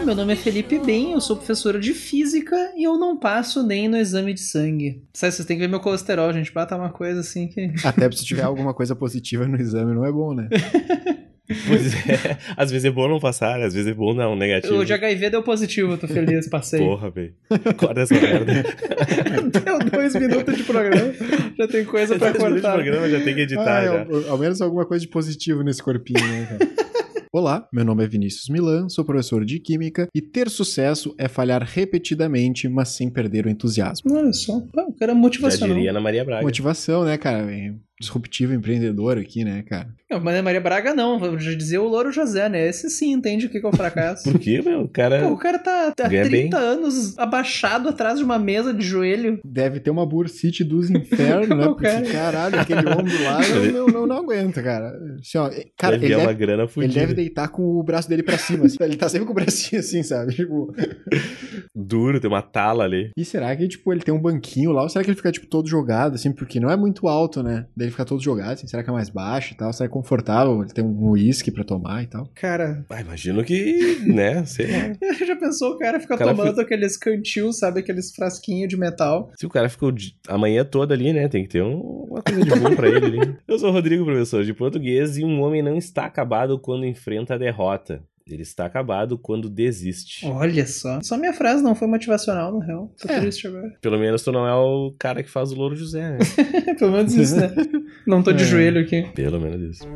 meu nome é Felipe Ben, eu sou professora de física e eu não passo nem no exame de sangue. Vocês têm que ver meu colesterol, gente, tá uma coisa assim que... Até se tiver alguma coisa positiva no exame, não é bom, né? Pois é, às vezes é bom não passar, às vezes é bom não, negativo. O de HIV deu positivo, eu tô feliz, passei. Porra, velho. Acorda essa merda. Deu 2 minutos de programa, já tem coisa pra 2 minutos de cortar. programa, já tem que editar, já. Ao menos alguma coisa de positivo nesse corpinho, né, cara? Olá, meu nome é Vinícius Milan, sou professor de Química e ter sucesso é falhar repetidamente, mas sem perder o entusiasmo. Olha só, o cara é Já motivacional. diria Ana Maria Braga. Motivação, né, cara? Disruptivo empreendedor aqui, né, cara? Não, mas a Maria Braga não, vou já dizer o Louro José, né? Esse sim entende o que é o fracasso. Por quê, meu? O cara... Pô, o cara tá há ganha 30 bem. anos abaixado atrás de uma mesa de joelho. Deve ter uma bursite dos infernos, né? O Porque, cara. caralho, aquele ombro lá não aguenta, cara. Assim, ó, cara, Deve uma grana ele fudida. deve deitar com o braço dele pra cima, assim. Ele tá sempre com o bracinho assim, sabe? Tipo... Duro, tem uma tala ali. E será que, tipo, ele tem um banquinho lá? Ou será que ele fica, tipo, todo jogado, assim? Porque não é muito alto, né? Daí ele fica todo jogado, assim. Será que é mais baixo e tal? Será que é confortável? Ele tem um uísque pra tomar e tal? Cara, Ah, imagino que, né, sei lá. já pensou o cara ficar O cara tomando aqueles cantil, sabe? Aqueles frasquinhos de metal. Se o cara ficou a manhã toda ali, né, tem que ter uma coisa de bom pra ele ali. Eu sou o Rodrigo, professor de português, e um homem não está acabado quando enfrenta a derrota. Ele está acabado quando desiste. Olha só. Só minha frase não foi motivacional, na real. Tô É. triste agora. Pelo menos tu não é o cara que faz o Louro José, né? Pelo menos isso, né? Não tô de joelho aqui. Pelo menos isso.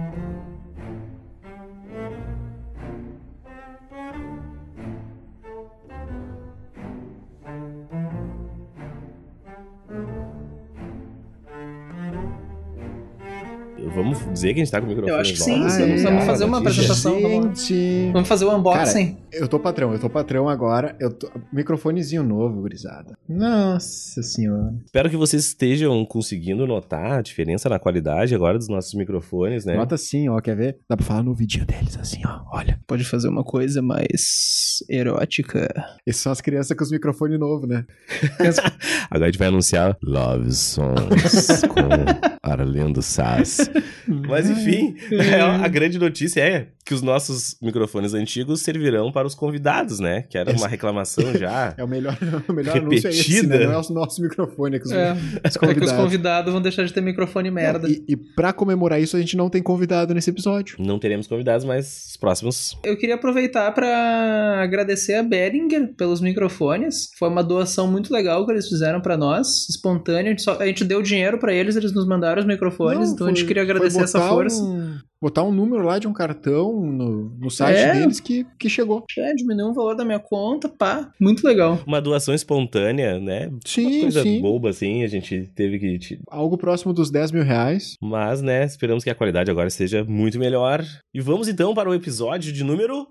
Vamos dizer que a gente tá com o microfone Eu acho que sim, igual. sim. Vamos fazer uma apresentação. Gente... Vamos fazer o unboxing. Eu tô patrão agora. Microfonezinho novo, gurizada. Nossa senhora. Espero que vocês estejam conseguindo notar a diferença na qualidade agora dos nossos microfones, né? Nota sim, ó, quer ver? Dá pra falar no vidinho deles, assim, ó, olha. Pode fazer uma coisa mais erótica. Essas são as crianças com os microfones novos, né? Agora a gente vai anunciar Love Songs com Arlindo Sass. Mas enfim, a grande notícia é que os nossos microfones antigos servirão para os convidados, né? Que era uma reclamação já. É o melhor anúncio é esse, né? Não é o nosso microfone, é que os É que convidados. os convidados vão deixar de ter microfone merda. E pra comemorar isso, a gente não tem convidado nesse episódio. Não teremos convidados, mas os próximos... Eu queria aproveitar pra agradecer a Behringer pelos microfones. Foi uma doação muito legal que eles fizeram pra nós, espontânea. A gente deu dinheiro pra eles, eles nos mandaram os microfones, Não, então a gente queria agradecer essa força. Botar um número lá de um cartão no site deles que chegou. Diminuiu o valor da minha conta, pá. Muito legal. Uma doação espontânea, né? Sim, uma coisa sim. boba, assim, a gente teve que... Algo próximo dos 10 mil reais. Mas, né, esperamos que a qualidade agora esteja muito melhor. E vamos, então, para o episódio de número...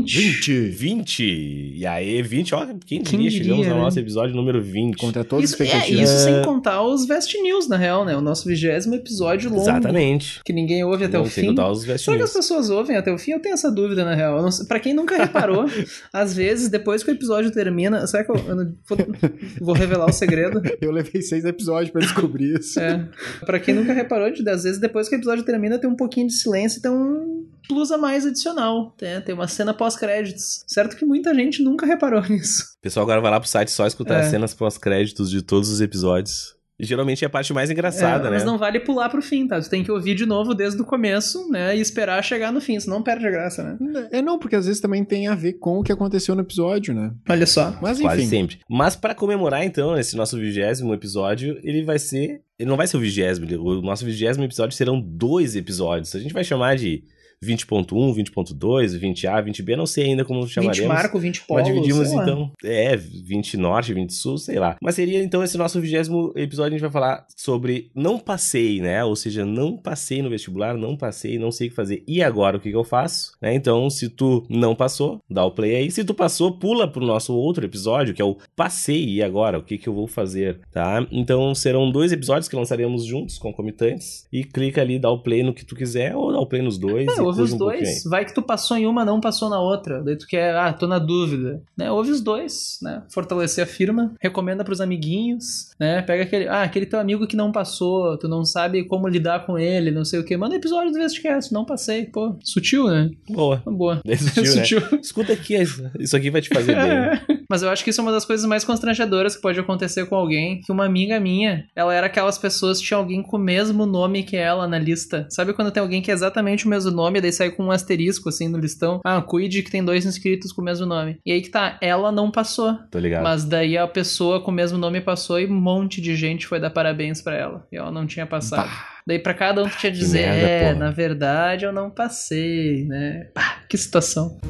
20. E aí, 20, ó, quem diria? Chegamos ao nosso episódio número 20. Contra todas as Isso expectativas. sem contar os Vest News, na real, né? O nosso 20º episódio longo. Exatamente. Que ninguém ouve até o Sem fim. contar os Vest Será que News. as pessoas ouvem até o fim? Eu tenho essa dúvida, na real. Eu não sei. Pra quem nunca reparou, às vezes, depois que o episódio termina... Será que eu não vou revelar o segredo? Eu levei 6 episódios pra descobrir isso. Pra quem nunca reparou, às vezes, depois que o episódio termina, tem um pouquinho de silêncio e tem um plus a mais adicional. Tem uma cena pós-créditos. Certo que muita gente nunca reparou nisso. O pessoal agora vai lá pro site só escutar as cenas pós-créditos de todos os episódios. E geralmente é a parte mais engraçada, né? Mas não vale pular pro fim, tá? Tu tem que ouvir de novo desde o começo, né? E esperar chegar no fim, senão perde a graça, né? Não, porque às vezes também tem a ver com o que aconteceu no episódio, né? Olha só. Mas enfim. Quase sempre. Mas pra comemorar, então, esse nosso 20º episódio, ele não vai ser o 20º. O nosso 20º episódio serão 2 episódios. A gente vai chamar de 20.1, 20.2, 20A, 20B, não sei ainda como chamaremos. 20 marco, 20 polo, mas dividimos, sei lá. então, 20 norte, 20 sul, sei lá. Mas seria, então, esse nosso 20º episódio, a gente vai falar sobre não passei, né? Ou seja, não passei no vestibular, não passei, não sei o que fazer. E agora, o que eu faço? Né? Então, se tu não passou, dá o play aí. Se tu passou, pula pro nosso outro episódio, que é o passei, e agora? O que eu vou fazer, tá? Então, serão 2 episódios que lançaremos juntos, concomitantes, e clica ali, dá o play no que tu quiser, ou dá o play nos dois. ouve os um pouquinho dois. Vai que tu passou em uma, não passou na outra. Daí tu quer, tô na dúvida. Né? Ouve os dois, né? Fortalecer a firma. Recomenda pros amiguinhos, né? Pega aquele teu amigo que não passou, tu não sabe como lidar com ele, não sei o que. Manda episódio do Vestcast, não passei. Pô, sutil, né? Boa. Boa. Sutil, né? Escuta aqui, isso aqui vai te fazer bem. Mas eu acho que isso é uma das coisas mais constrangedoras que pode acontecer com alguém. Que uma amiga minha, ela era aquelas pessoas que tinha alguém com o mesmo nome que ela na lista. Sabe quando tem alguém que é exatamente o mesmo nome, daí sai com um asterisco assim no listão? Cuide que tem 2 inscritos com o mesmo nome. E aí que tá, ela não passou. Tô ligado. Mas daí a pessoa com o mesmo nome passou e um monte de gente foi dar parabéns pra ela. E ela não tinha passado. Daí pra cada um tu tinha que dizer, merda, na verdade eu não passei, né? Que situação.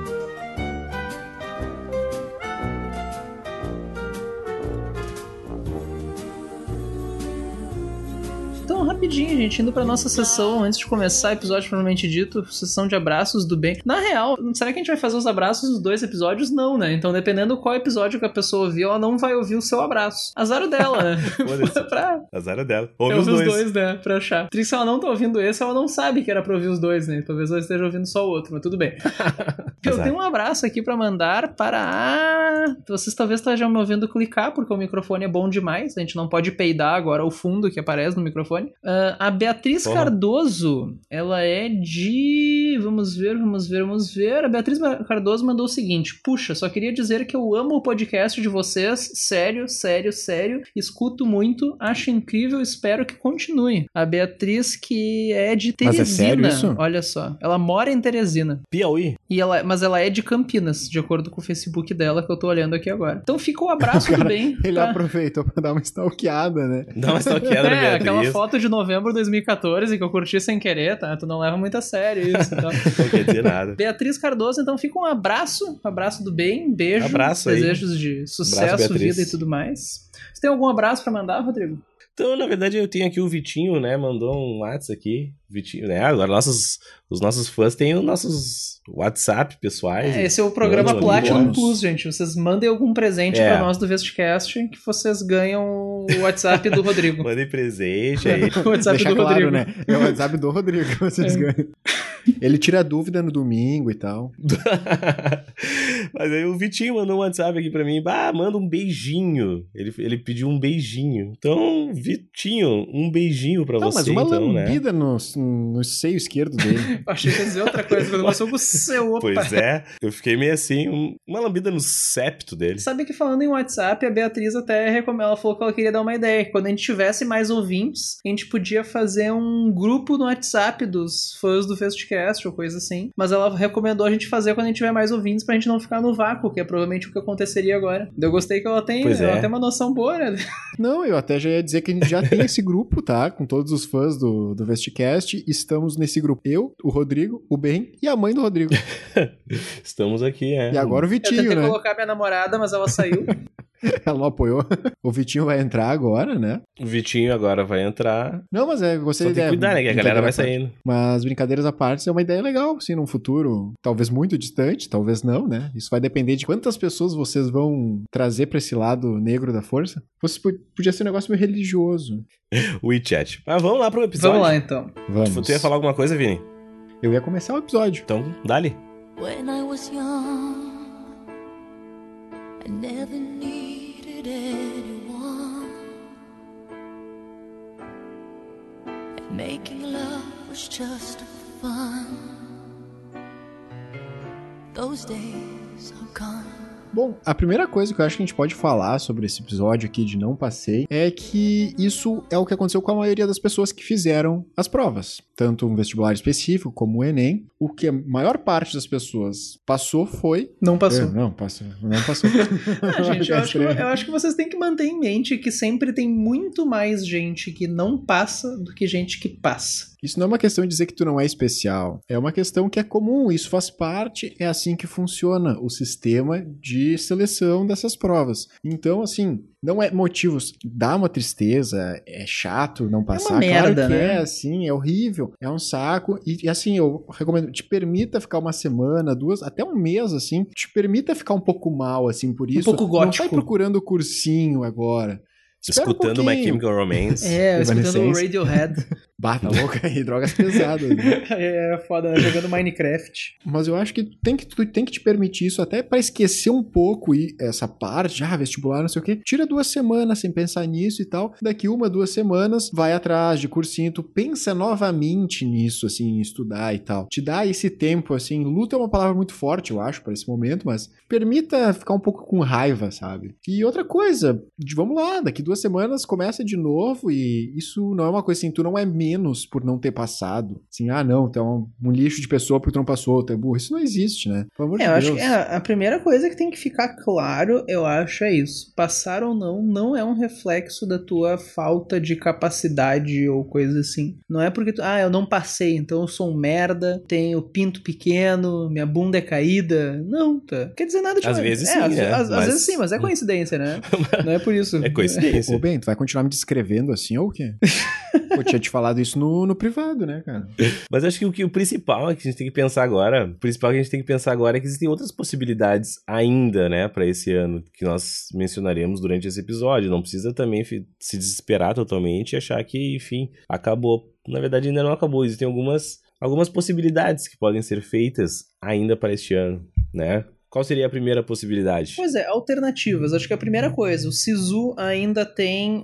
Então, rapidinho, gente, indo pra nossa sessão, antes de começar o episódio propriamente dito, sessão de abraços do bem. Na real, será que a gente vai fazer os abraços dos 2 episódios? Não, né? Então, dependendo qual episódio que a pessoa ouvir, ela não vai ouvir o seu abraço. Azar dela, né? Azar dela. Ouve os dois, né? Pra achar. Se ela não tá ouvindo esse, ela não sabe que era pra ouvir os 2, né? Talvez ela esteja ouvindo só o outro, mas tudo bem. Eu tenho um abraço aqui pra mandar para... Vocês talvez estejam me ouvindo clicar, porque o microfone é bom demais. A gente não pode peidar agora o fundo que aparece no microfone. A Beatriz Cardoso, ela é de... Vamos ver. A Beatriz Cardoso mandou o seguinte: puxa, só queria dizer que eu amo o podcast de vocês, sério. Escuto muito, acho incrível, espero que continue. A Beatriz, que é de Teresina. Mas é sério isso? Olha só, ela mora em Teresina. Piauí. Mas ela é de Campinas, de acordo com o Facebook dela, que eu tô olhando aqui agora. Então fica o abraço do bem. Ele aproveitou pra dar uma stalkeada, né? Dá uma stalkeada na Beatriz. Aquela foto de novembro de 2014 que eu curti sem querer, tá? Tu não leva muito a sério isso. Então. Não quer dizer nada. Beatriz Cardoso, então fica um abraço do bem, beijo, abraço desejos aí. de sucesso, vida e tudo mais. Você tem algum abraço pra mandar, Rodrigo? Então, na verdade, eu tenho aqui o Vitinho, né? Mandou um WhatsApp aqui. Vitinho, né? Agora os nossos fãs têm os nossos WhatsApp pessoais. Esse é o programa Platinum Plus, gente. Vocês mandem algum presente pra nós do Vestcast que vocês ganham o WhatsApp do Rodrigo. Mandem presente aí. O WhatsApp Deixa do claro, Rodrigo. Né? É o WhatsApp do Rodrigo que vocês ganham. Ele tira dúvida no domingo e tal. Mas aí o Vitinho mandou um WhatsApp aqui pra mim. Manda um beijinho. Ele pediu um beijinho. Então, Vitinho, um beijinho pra você. Mas uma então, lambida, né? no seio esquerdo dele. Achei que ia dizer outra coisa, quando começou com o seu, opa. Pois é, eu fiquei meio assim, uma lambida no septo dele. Sabe que falando em WhatsApp, a Beatriz até ela falou que ela queria dar uma ideia, que quando a gente tivesse mais ouvintes, a gente podia fazer um grupo no WhatsApp dos fãs do Festcast ou coisa assim, mas ela recomendou a gente fazer quando a gente tiver mais ouvintes pra gente não ficar no vácuo, que é provavelmente o que aconteceria agora. Eu gostei que ela tem uma noção boa, né? Não, eu até já ia dizer que a gente já tem esse grupo, tá? Com todos os fãs do Vestcast. Estamos nesse grupo. Eu, o Rodrigo, o Ben e a mãe do Rodrigo. Estamos aqui, E agora o Vitinho, né? Eu tentei né? colocar minha namorada, mas ela saiu. Ela não apoiou. O Vitinho vai entrar agora, né? O Vitinho agora vai entrar. Não, mas você tem que cuidar, né? Que a galera vai saindo. Mas brincadeiras à parte, é uma ideia legal, assim, num futuro talvez muito distante, talvez não, né? Isso vai depender de quantas pessoas vocês vão trazer pra esse lado negro da força. Podia ser um negócio meio religioso. WeChat. Mas vamos lá pro episódio. Vamos lá, então. Vamos. Tu ia falar alguma coisa, Vini? Eu ia começar o episódio. Então, dá-lhe. When I was young, I never needed anyone, and making love was just fun. Those days are gone. Bom, a primeira coisa que eu acho que a gente pode falar sobre esse episódio aqui de Não Passei é que isso é o que aconteceu com a maioria das pessoas que fizeram as provas. Tanto um vestibular específico como o Enem. O que a maior parte das pessoas passou foi... Não passou. Não passou. Gente, eu acho que vocês têm que manter em mente que sempre tem muito mais gente que não passa do que gente que passa. Isso não é uma questão de dizer que tu não é especial. É uma questão que é comum, isso faz parte, é assim que funciona o sistema de seleção dessas provas. Então, assim, não é motivos, dá uma tristeza, é chato não passar. É uma merda, claro que né? é, assim, é horrível, é um saco. E assim, eu recomendo, te permita ficar uma semana, 2, até um mês, assim, te permita ficar um pouco mal, assim, por isso. Um pouco gótico. Não vai procurando cursinho agora. Espera Escutando My Chemical Romance. Escutando o Radiohead. Bata louca aí, drogas pesadas, né? É foda, né? Jogando Minecraft. Mas eu acho que tu tem que te permitir isso até pra esquecer um pouco essa parte, vestibular, não sei o quê. Tira 2 semanas sem pensar nisso e tal. Daqui 1, 2 semanas, vai atrás de cursinho. Tu pensa novamente nisso, assim, em estudar e tal. Te dá esse tempo, assim. Luta é uma palavra muito forte, eu acho, pra esse momento, mas permita ficar um pouco com raiva, sabe? E outra coisa, vamos lá, daqui 2 semanas começa de novo e isso não é uma coisa assim, tu não é menos por não ter passado. Assim, não, tu é um lixo de pessoa porque tu não passou, tu é burro. Isso não existe, né? Pelo amor de Eu Deus. acho que a primeira coisa que tem que ficar claro, eu acho, é isso. Passar ou não é um reflexo da tua falta de capacidade ou coisa assim. Não é porque eu não passei, então eu sou um merda, tenho pinto pequeno, minha bunda é caída. Não, tá? Quer dizer nada de Às vezes sim, às vezes sim, mas é coincidência, né? Não é por isso. É coincidência. Ô, Ben, tu vai continuar me descrevendo assim ou o quê? Eu tinha te falado isso no privado, né, cara? Mas acho que o principal que a gente tem que pensar agora, é que existem outras possibilidades ainda, né, pra esse ano, que nós mencionaremos durante esse episódio. Não precisa também se desesperar totalmente e achar que, enfim, acabou. Na verdade, ainda não acabou. Existem algumas possibilidades que podem ser feitas ainda para este ano, né? Qual seria a primeira possibilidade? Pois é, alternativas. Acho que a primeira coisa, o SISU ainda tem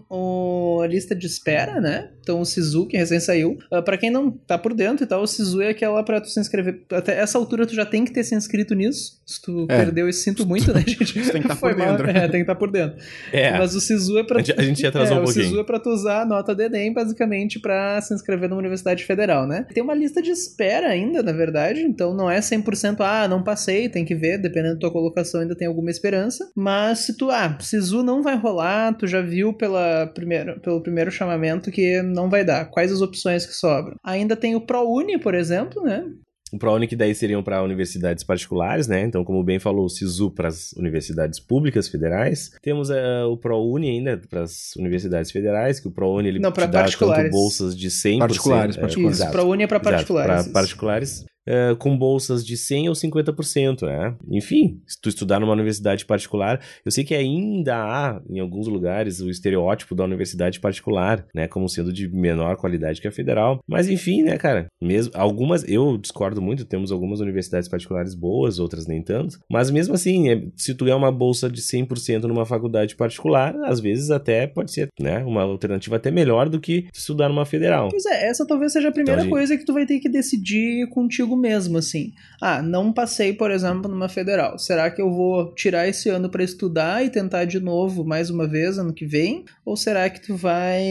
a lista de espera, né? Então o SISU, que recém saiu, pra quem não tá por dentro e tal, o SISU é aquela pra tu se inscrever. Até essa altura tu já tem que ter se inscrito nisso. Se tu perdeu, eu sinto muito, né, gente? Você tem que estar por dentro. Tem que estar por dentro. Mas o SISU é pra... A gente atrasou um pouquinho. O SISU é pra tu usar a nota do Enem, basicamente, pra se inscrever numa universidade federal, né? Tem uma lista de espera ainda, na verdade, então não é 100%, não passei, tem que ver, dependendo da tua colocação ainda tem alguma esperança, mas se tu, SISU não vai rolar, tu já viu pelo primeiro chamamento que não vai dar, quais as opções que sobram? Ainda tem o ProUni, por exemplo, né? O ProUni que daí seriam para universidades particulares, né? Então, como bem falou, o SISU para as universidades públicas federais. Temos o ProUni ainda para as universidades federais, que o ProUni ele te dá tanto bolsas de 100%. Particulares. Isso, ProUni é para particulares. Para particulares. Com bolsas de 100% ou 50%, né? Enfim, se tu estudar numa universidade particular, eu sei que ainda há, em alguns lugares, o estereótipo da universidade particular, né? Como sendo de menor qualidade que a federal. Mas enfim, né, cara? Mesmo, eu discordo muito, temos algumas universidades particulares boas, outras nem tanto. Mas mesmo assim, se tu ganhar uma bolsa de 100% numa faculdade particular, às vezes até pode ser, né? Uma alternativa até melhor do que estudar numa federal. Pois é, essa talvez seja a primeira coisa que tu vai ter que decidir contigo mesmo, assim. Não passei, por exemplo, numa federal. Será que eu vou tirar esse ano pra estudar e tentar de novo, mais uma vez, ano que vem? Ou será que tu vai...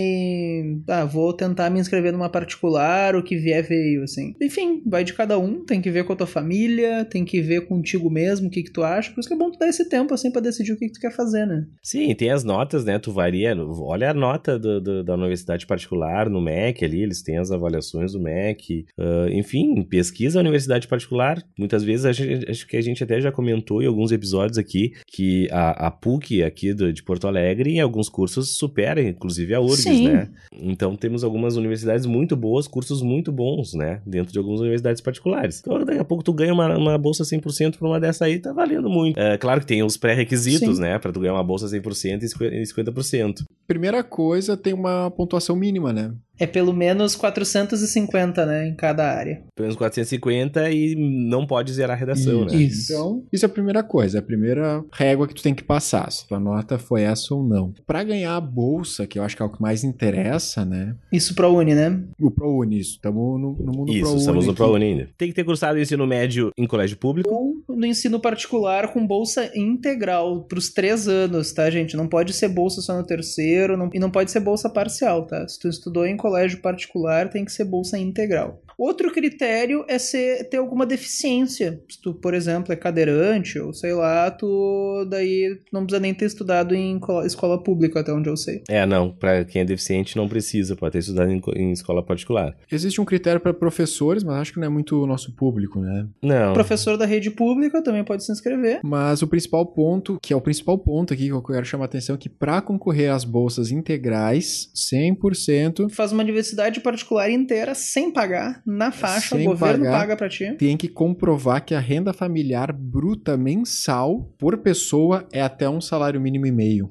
vou tentar me inscrever numa particular, o que vier veio, assim. Enfim, vai de cada um, tem que ver com a tua família, tem que ver contigo mesmo, o que tu acha. Por isso que é bom tu dar esse tempo, assim, pra decidir o que tu quer fazer, né? Sim, tem as notas, né? Tu varia... Olha a nota da universidade particular no MEC ali, eles têm as avaliações do MEC. Enfim, pesquisa a universidade particular, muitas vezes acho que a gente até já comentou em alguns episódios aqui que a PUC aqui de Porto Alegre em alguns cursos supera inclusive a URGS, Sim. né? Então temos algumas universidades muito boas, cursos muito bons, né? Dentro de algumas universidades particulares. Então daqui a pouco tu ganha uma bolsa 100% pra uma dessa aí, tá valendo muito. Claro que tem os pré-requisitos, né? Pra tu ganhar uma bolsa 100% e 50%. Primeira coisa, tem uma pontuação mínima, né? É pelo menos 450, né, em cada área. Pelo menos 450 e não pode zerar a redação, né? Isso. Então, isso é a primeira coisa, é a primeira régua que tu tem que passar, se tua nota foi essa ou não. Pra ganhar a bolsa, que eu acho que é o que mais interessa, né? Isso ProUni, né? O ProUni, isso. Estamos no mundo ProUni. Isso, estamos no ProUni ainda. Tem que ter cursado o ensino médio em colégio público. Ou no ensino particular com bolsa integral pros 3 anos, tá, gente? Não pode ser bolsa só no terceiro e não pode ser bolsa parcial, tá? Se tu estudou em colégio particular, tem que ser bolsa integral. Outro critério é ter alguma deficiência. Se tu, por exemplo, é cadeirante ou sei lá, tu daí não precisa nem ter estudado em escola pública, até onde eu sei. Não, pra quem é deficiente não precisa, pode ter estudado em escola particular. Existe um critério para professores, mas acho que não é muito o nosso público, né? Não. Professor da rede pública também pode se inscrever. Mas o principal ponto, que é o principal ponto aqui que eu quero chamar a atenção, é que para concorrer às bolsas integrais, 100%... Faz uma universidade particular inteira sem pagar, na faixa, sem o governo pagar, paga pra ti. Tem que comprovar que a renda familiar bruta mensal por pessoa é até um salário mínimo e meio.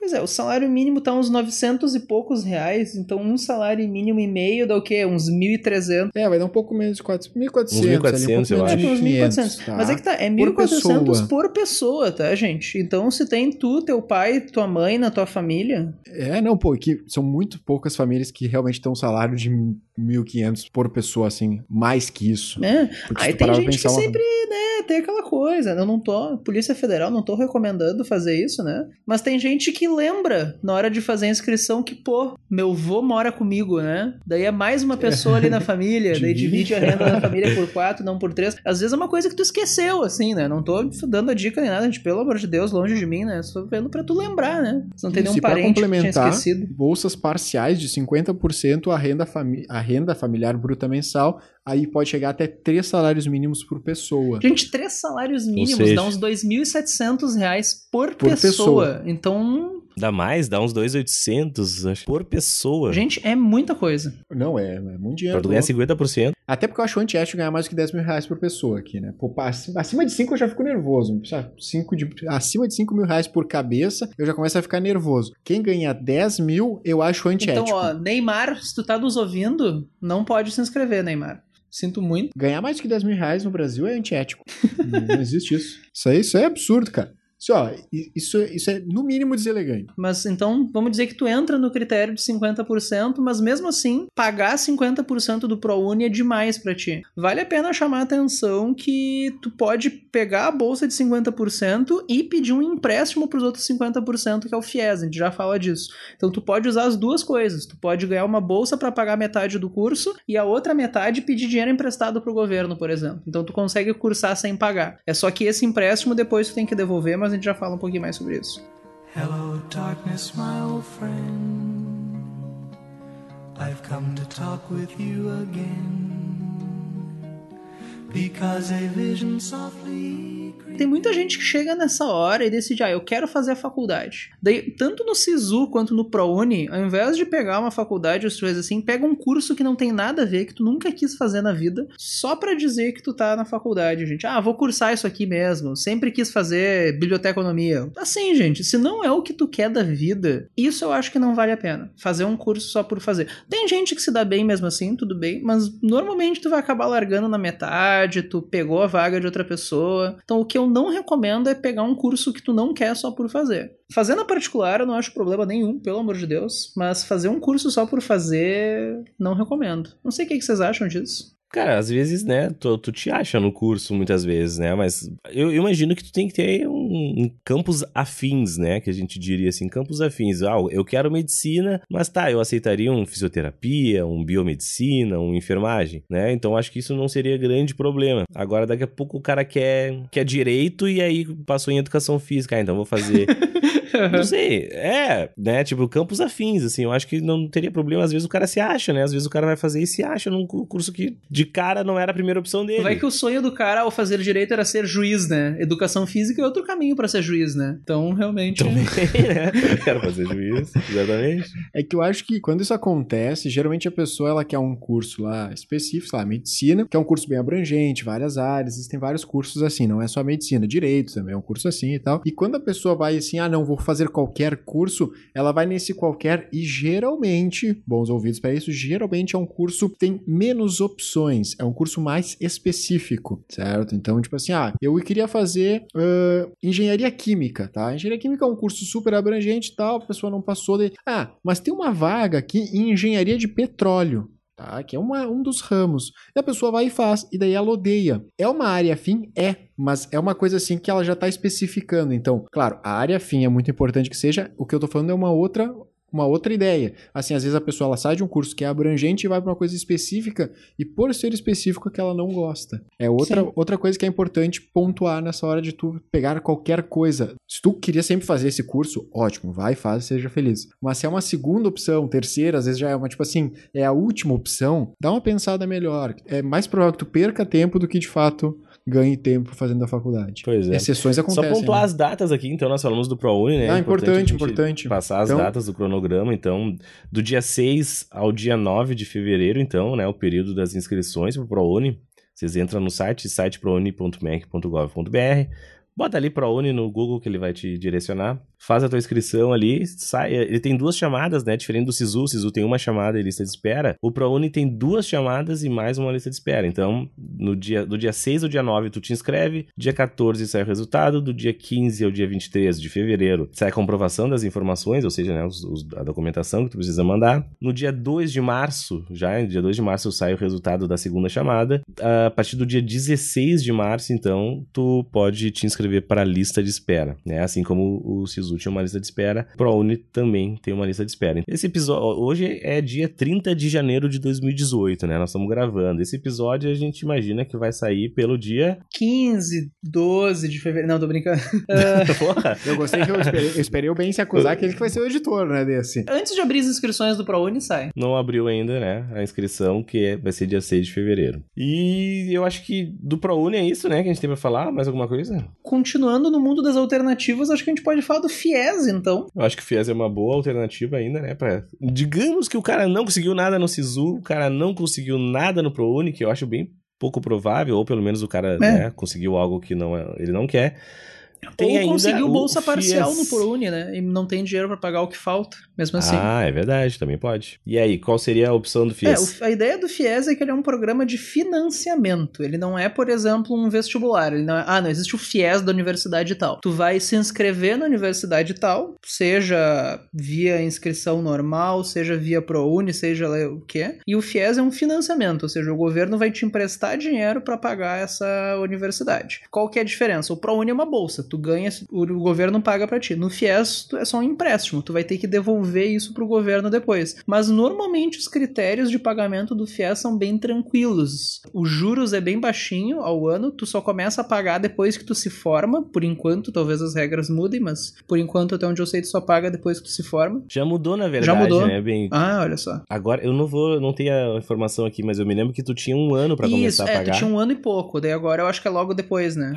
Pois é, o salário mínimo tá uns 900 e poucos reais, então um salário mínimo e meio dá o quê? Uns 1.300. Vai dar um pouco menos de 1.400. Uns 1.400, eu acho. Tipo, uns 1.400. Tá? Mas é que tá, é Por 1.400 por pessoa, tá, gente? Então se tem tu, teu pai, tua mãe na tua família... Não, pô, que são muito poucas famílias que realmente têm um salário de 1.500 por pessoa, assim, mais que isso. Porque Aí tem gente que sempre, né, tem aquela coisa, eu não tô, Polícia Federal, não tô recomendando fazer isso, né? Mas tem gente que lembra, na hora de fazer a inscrição, que, pô, meu vô mora comigo, né? Daí é mais uma pessoa ali na família, daí divide a renda da família por 4, não por 3. Às vezes é uma coisa que tu esqueceu, assim, né? Não tô dando a dica nem nada, gente, pelo amor de Deus, longe de mim, né? Só vendo pra tu lembrar, né? Se não tem nenhum parente que tinha esquecido. Bolsas parciais de 50% a renda familiar bruta mensal, aí pode chegar até 3 salários mínimos por pessoa. Gente, 3 salários mínimos dá uns R$2.700 por pessoa. Então... Dá mais? Dá uns 2.800 por pessoa. Gente, é muita coisa. Não, é muito dinheiro. Pra tu ganhar 50%. Até porque eu acho antiético ganhar mais do que R$10.000 por pessoa aqui, né? Pô, acima de 5 eu já fico nervoso. Acima de 5 mil reais por cabeça, eu já começo a ficar nervoso. Quem ganha 10 mil, eu acho antiético. Então, ó, Neymar, se tu tá nos ouvindo, não pode se inscrever, Neymar. Sinto muito. Ganhar mais do que R$10.000 no Brasil é antiético. Não existe isso. Isso é absurdo, cara. Isso é no mínimo deselegante. Mas então, vamos dizer que tu entra no critério de 50%, mas mesmo assim, pagar 50% do ProUni é demais pra ti. Vale a pena chamar a atenção que tu pode pegar a bolsa de 50% e pedir um empréstimo pros outros 50%, que é o FIES, a gente já fala disso. Então tu pode usar as duas coisas. Tu pode ganhar uma bolsa pra pagar metade do curso e a outra metade pedir dinheiro emprestado pro governo, por exemplo. Então tu consegue cursar sem pagar. É só que esse empréstimo depois tu tem que devolver, mas a gente já fala um pouquinho mais sobre isso. Hello darkness, my old friend. I've come to talk with you again. Because a vision softly... Tem muita gente que chega nessa hora e decide, eu quero fazer a faculdade. Daí, tanto no SISU quanto no ProUni, ao invés de pegar uma faculdade ou coisas assim, pega um curso que não tem nada a ver, que tu nunca quis fazer na vida, só pra dizer que tu tá na faculdade, gente. Vou cursar isso aqui mesmo, sempre quis fazer biblioteconomia. Assim, gente, se não é o que tu quer da vida, isso eu acho que não vale a pena. Fazer um curso só por fazer. Tem gente que se dá bem mesmo assim, tudo bem, mas normalmente tu vai acabar largando na metade, tu pegou a vaga de outra pessoa. Então o que eu não recomendo é pegar um curso que tu não quer só por fazer. Fazer na particular eu não acho problema nenhum, pelo amor de Deus, mas fazer um curso só por fazer, não recomendo. Não sei o que vocês acham disso. Cara, às vezes, né, tu te acha no curso muitas vezes, né, mas eu imagino que tu tem que ter um campos afins, né, que a gente diria assim, campos afins. Eu quero medicina, mas eu aceitaria um fisioterapia, um biomedicina, um enfermagem, né, então acho que isso não seria grande problema. Agora, daqui a pouco o cara quer direito e aí passou em educação física, então vou fazer... Não sei, né, tipo, campos afins, assim, eu acho que não teria problema, às vezes o cara se acha, né, às vezes o cara vai fazer e se acha num curso que de cara não era a primeira opção dele. Vai que o sonho do cara ao fazer direito era ser juiz, né, educação física é outro caminho pra ser juiz, né, então realmente... Também, né, quero fazer juiz, exatamente. É que eu acho que quando isso acontece, geralmente a pessoa, ela quer um curso lá específico, lá, medicina, que é um curso bem abrangente, várias áreas, existem vários cursos assim, não é só medicina, direito também é um curso assim e tal, e quando a pessoa vai assim, não, vou fazer qualquer curso, ela vai nesse qualquer e geralmente, bons ouvidos para isso, geralmente é um curso que tem menos opções, é um curso mais específico, certo? Então, tipo assim, eu queria fazer engenharia química, tá? Engenharia química é um curso super abrangente e tal, a pessoa não passou de... mas tem uma vaga aqui em engenharia de petróleo, tá? Que é um dos ramos. E a pessoa vai e faz, e daí ela odeia. É uma área afim? Mas é uma coisa assim que ela já está especificando. Então, claro, a área afim é muito importante que seja, o que eu tô falando é uma outra ideia. Assim, às vezes a pessoa ela sai de um curso que é abrangente e vai para uma coisa específica, e por ser específico é que ela não gosta. É outra coisa que é importante pontuar nessa hora de tu pegar qualquer coisa. Se tu queria sempre fazer esse curso, ótimo, vai, faz, seja feliz. Mas se é uma segunda opção, terceira, às vezes já é uma, tipo assim, é a última opção, dá uma pensada melhor. É mais provável que tu perca tempo do que de fato ganhe tempo fazendo a faculdade. Pois é. Exceções acontecem. Só pontuar, né? as datas aqui, então, nós falamos do ProUni, né? Importante. Passar as datas do cronograma, então, do dia 6 ao dia 9 de fevereiro, então, né, o período das inscrições pro ProUni. Vocês entram no site prouni.mec.gov.br, bota ali ProUni no Google que ele vai te direcionar. faz a tua inscrição ali, sai. Ele tem 2 chamadas, né? Diferente do SISU. O SISU tem uma chamada e lista de espera. O ProUni tem 2 chamadas e mais uma lista de espera. Então, do dia 6 ao dia 9, tu te inscreve. Dia 14 sai o resultado. Do dia 15 ao dia 23 de fevereiro, sai a comprovação das informações, ou seja, né, a documentação que tu precisa mandar. No dia 2 de março, dia 2 de março sai o resultado da segunda chamada. A partir do dia 16 de março, então, tu pode te inscrever para a lista de espera, né? Assim como o SISU tinha uma lista de espera, o ProUni também tem uma lista de espera. Esse episódio, hoje é dia 30 de janeiro de 2018, né? Nós estamos gravando. Esse episódio a gente imagina que vai sair pelo dia 15, 12 de fevereiro. Não, tô brincando. Porra! Eu gostei que eu esperei o Ben se acusar que ele que vai ser o editor, né, desse. Antes de abrir as inscrições do ProUni, sai. Não abriu ainda, né? A inscrição, vai ser dia 6 de fevereiro. E eu acho que do ProUni é isso, né? Que a gente tem pra falar. Mais alguma coisa? Continuando no mundo das alternativas, acho que a gente pode falar do FIES, então. Eu acho que o FIES é uma boa alternativa ainda, né? Digamos que o cara não conseguiu nada no SISU, o cara não conseguiu nada no ProUni, que eu acho bem pouco provável, ou pelo menos o cara né, conseguiu algo que ele não quer. Ou conseguiu bolsa parcial no ProUni, né? E não tem dinheiro pra pagar o que falta, mesmo assim. Ah, é verdade, também pode. E aí, qual seria a opção do FIES? A ideia do FIES é que ele é um programa de financiamento. Ele não é, por exemplo, um vestibular. Ele não é, não existe o FIES da universidade tal. Tu vai se inscrever na universidade tal, seja via inscrição normal, seja via ProUni, seja lá o que. E o FIES é um financiamento, ou seja, o governo vai te emprestar dinheiro pra pagar essa universidade. Qual que é a diferença? O ProUni é uma bolsa. Tu ganha, o governo paga pra ti. No FIES é só um empréstimo, tu vai ter que devolver isso pro governo depois. Mas normalmente os critérios de pagamento do FIES são bem tranquilos. Os juros é bem baixinho ao ano, tu só começa a pagar depois que tu se forma, por enquanto, talvez as regras mudem, mas por enquanto, até onde eu sei, tu só paga depois que tu se forma. Já mudou, na verdade, já mudou. Né, bem... Ah, olha só. Agora, eu não tenho a informação aqui, mas eu me lembro que tu tinha 1 ano pra começar a pagar. Tu tinha 1 ano e pouco, daí agora eu acho que é logo depois, né?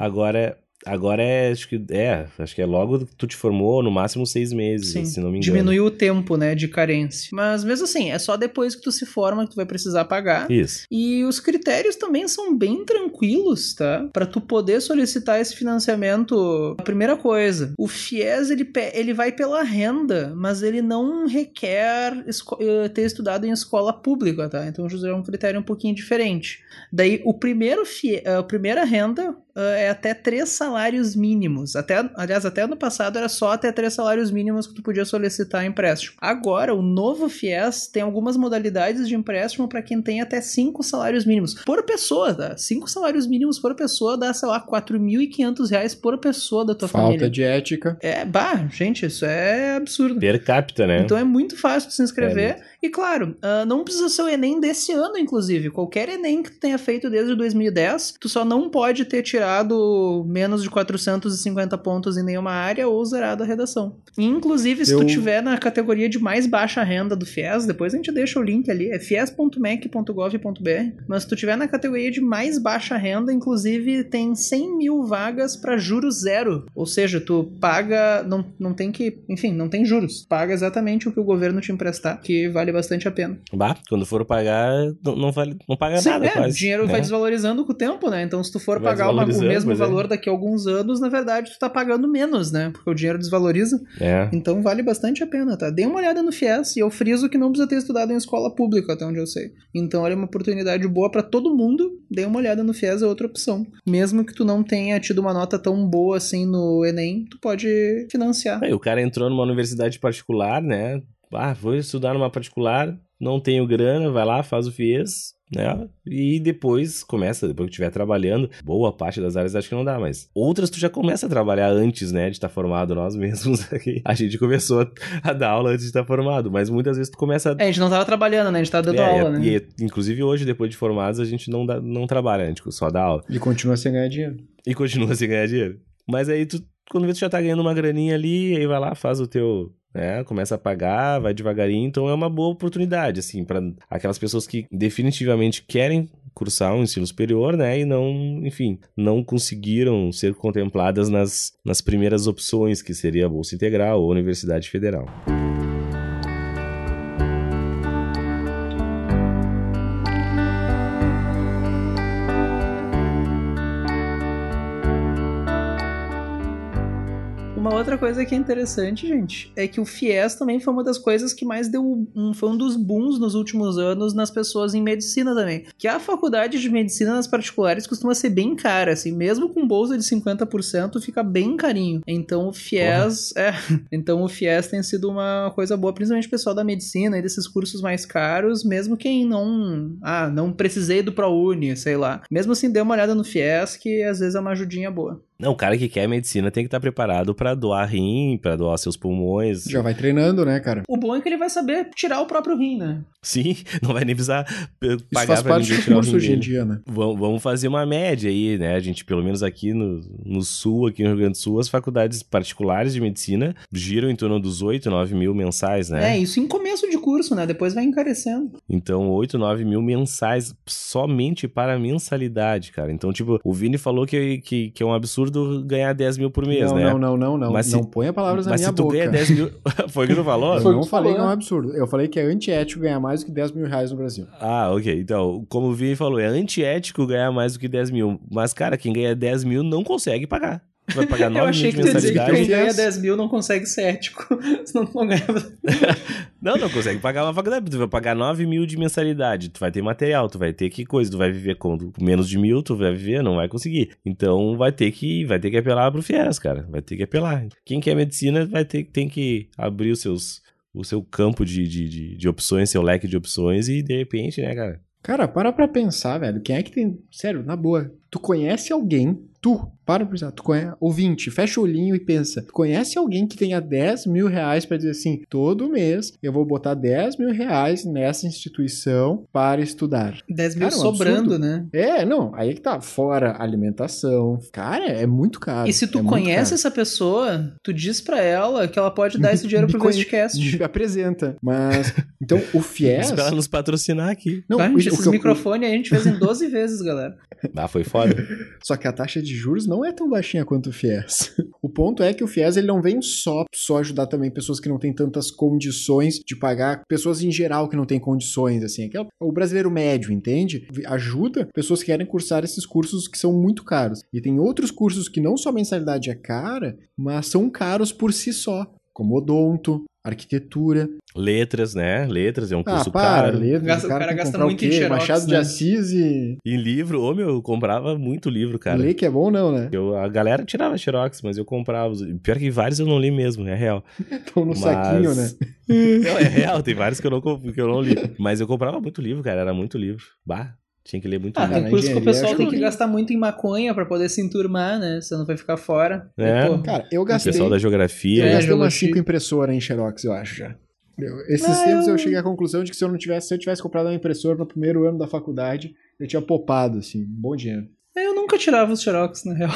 Agora acho que é logo que tu te formou, no máximo 6 meses, sim, se não me engano. Diminuiu o tempo, né, de carência. Mas mesmo assim, é só depois que tu se forma que tu vai precisar pagar. Isso. E os critérios também são bem tranquilos, tá? Pra tu poder solicitar esse financiamento, a primeira coisa, o FIES, ele vai pela renda, mas ele não requer ter estudado em escola pública, tá? Então já é um critério um pouquinho diferente. Daí, a primeira renda é até 3 salários mínimos. Aliás, até ano passado era só até 3 salários mínimos que tu podia solicitar empréstimo. Agora, o novo FIES tem algumas modalidades de empréstimo para quem tem até 5 salários mínimos por pessoa, tá? 5 salários mínimos por pessoa dá, sei lá, R$4.500 por pessoa da tua família. Falta de ética. Gente, isso é absurdo. Per capita, né? Então é muito fácil de se inscrever. E claro, não precisa ser o Enem desse ano, inclusive. Qualquer Enem que tu tenha feito desde 2010, tu só não pode ter tirado menos de 450 pontos em nenhuma área ou zerado a redação. E, inclusive, se tu tiver na categoria de mais baixa renda do FIES, depois a gente deixa o link ali, é fies.mec.gov.br, mas se tu tiver na categoria de mais baixa renda, inclusive tem 100 mil vagas para juros zero. Ou seja, tu paga, não tem que, enfim, não tem juros. Paga exatamente o que o governo te emprestar, que vale bastante a pena. Quando for pagar, não paga nada quase. O dinheiro vai desvalorizando com o tempo, né? Então, se tu for pagar o mesmo valor daqui a alguns anos, na verdade, tu tá pagando menos, né? Porque o dinheiro desvaloriza. Então, vale bastante a pena, tá? Dê uma olhada no FIES, e eu friso que não precisa ter estudado em escola pública, até onde eu sei. Então, olha, é uma oportunidade boa pra todo mundo. Dê uma olhada no FIES, é outra opção. Mesmo que tu não tenha tido uma nota tão boa assim no Enem, tu pode financiar. O cara entrou numa universidade particular, né? Vou estudar numa particular, não tenho grana, vai lá, faz o FIES, né? E depois depois que estiver trabalhando, boa parte das áreas acho que não dá, mas outras tu já começa a trabalhar antes, né, de estar formado. Nós mesmos aqui, a gente começou a dar aula antes de estar formado, mas muitas vezes tu começa a... a gente não tava trabalhando, né, a gente tava dando aula, né? E inclusive hoje, depois de formados, a gente não trabalha, a gente só dá aula. E continua sem ganhar dinheiro. Mas aí quando tu já tá ganhando uma graninha ali, aí vai lá, faz o teu... começa a pagar, vai devagarinho, então é uma boa oportunidade, assim, para aquelas pessoas que definitivamente querem cursar um ensino superior, né, e não conseguiram ser contempladas nas primeiras opções, que seria a Bolsa Integral ou a Universidade Federal. Uma outra outra coisa que é interessante, gente, é que o FIES também foi uma das coisas que mais deu foi um dos booms nos últimos anos nas pessoas em medicina também. Que a faculdade de medicina nas particulares costuma ser bem cara, assim, mesmo com bolsa de 50% fica bem carinho. Então o FIES, então o FIES tem sido uma coisa boa, principalmente o pessoal da medicina e desses cursos mais caros, mesmo quem não precisei do ProUni, sei lá. Mesmo assim, dê uma olhada no FIES, que às vezes é uma ajudinha boa. Não, o cara que quer medicina tem que estar preparado pra doar rim, pra doar seus pulmões. Já vai treinando, né, cara? O bom é que ele vai saber tirar o próprio rim, né? Sim, não vai nem precisar Isso pagar faz pra parte ninguém do tirar o curso rim hoje em dele. dia, né? Vamos fazer uma média aí, né? A gente, pelo menos aqui no Sul, aqui no Rio Grande do Sul, as faculdades particulares de medicina giram em torno dos 8, 9 mil mensais, né? Isso em começo de curso, né? Depois vai encarecendo. Então, 8, 9 mil mensais somente para mensalidade, cara. Então, tipo, o Vini falou que é um absurdo ganhar 10 mil por mês, né? Não. Mas Não ponha palavras na Mas minha se tu boca. ganha 10 mil... Foi o que tu falou? Eu Foi o não que tu falei falou, que é um né? absurdo. Eu falei que é antiético ganhar mais do que 10 mil reais no Brasil. Ah, ok. Então, como o Vini falou, é antiético ganhar mais do que 10 mil. Mas, cara, quem ganha 10 mil não consegue pagar. Tu vai pagar 9 Eu mil achei de que tu ia dizer que mensalidade. quem ganha 10 mil não consegue ser ético. Senão tu não ganhava. Não consegue pagar uma faculdade. Tu vai pagar 9 mil de mensalidade. Tu vai ter material, tu vai ter que coisa. Tu vai viver com menos de 1.000, tu vai viver, não vai conseguir. Então vai ter que apelar pro FIES, cara. Vai ter que apelar. Quem quer medicina tem que abrir o seu campo de opções, seu leque de opções e de repente, né, cara? Cara, para pra pensar, velho. Quem é que tem... Sério, na boa. Tu conhece alguém... Para pra pensar. Ouvinte, fecha o olhinho e pensa. Tu conhece alguém que tenha 10 mil reais pra dizer assim, todo mês eu vou botar 10 mil reais nessa instituição para estudar? 10 mil Cara, um sobrando, absurdo. né? Não. Aí é que tá. Fora alimentação. Cara, é muito caro. E se tu é muito conhece caro. essa pessoa, tu diz pra ela que ela pode dar esse dinheiro pro Vestcast. Me apresenta. Mas, então, o FIES... Pra ela nos patrocinar aqui. Não, Tá, o esses que eu- microfones aí a gente fez em 12 vezes, galera. Ah, foi foda. Só que a taxa de juros não é tão baixinha quanto o FIES. O ponto é que o FIES ele não vem só ajudar também pessoas que não têm tantas condições de pagar, pessoas em geral que não têm condições, assim, que é o brasileiro médio, entende? Ajuda pessoas que querem cursar esses cursos que são muito caros. E tem outros cursos que não só a mensalidade é cara, mas são caros por si só, como odonto, arquitetura. Letras, né? Letras é um curso para, caro. letras, O cara tem que gasta comprar o muito em quê? xerox, Machado de né? Assis e... Em livro, eu comprava muito livro, cara. Ler que é bom não, né? A galera tirava xerox, mas eu comprava. Pior que vários eu não li mesmo, é real. Estão no saquinho, né? Não, é real, tem vários que eu não li. Mas eu comprava muito livro, cara, era muito livro. Bah, tinha que ler muito livro. Tem na curso que o engenharia, pessoal acho tem que que eu li. gastar muito em maconha pra poder se enturmar, né? Senão vai ficar fora. É. E, pô, Cara, eu O gastei... pessoal da geografia. Eu É, gastei umas geologia. 5 impressoras em Xerox, eu acho já. Esses tempos eu cheguei à conclusão de que se eu tivesse comprado uma impressora para o primeiro ano da faculdade, eu tinha poupado, assim, bom dinheiro. Eu nunca tirava os xerox, na real.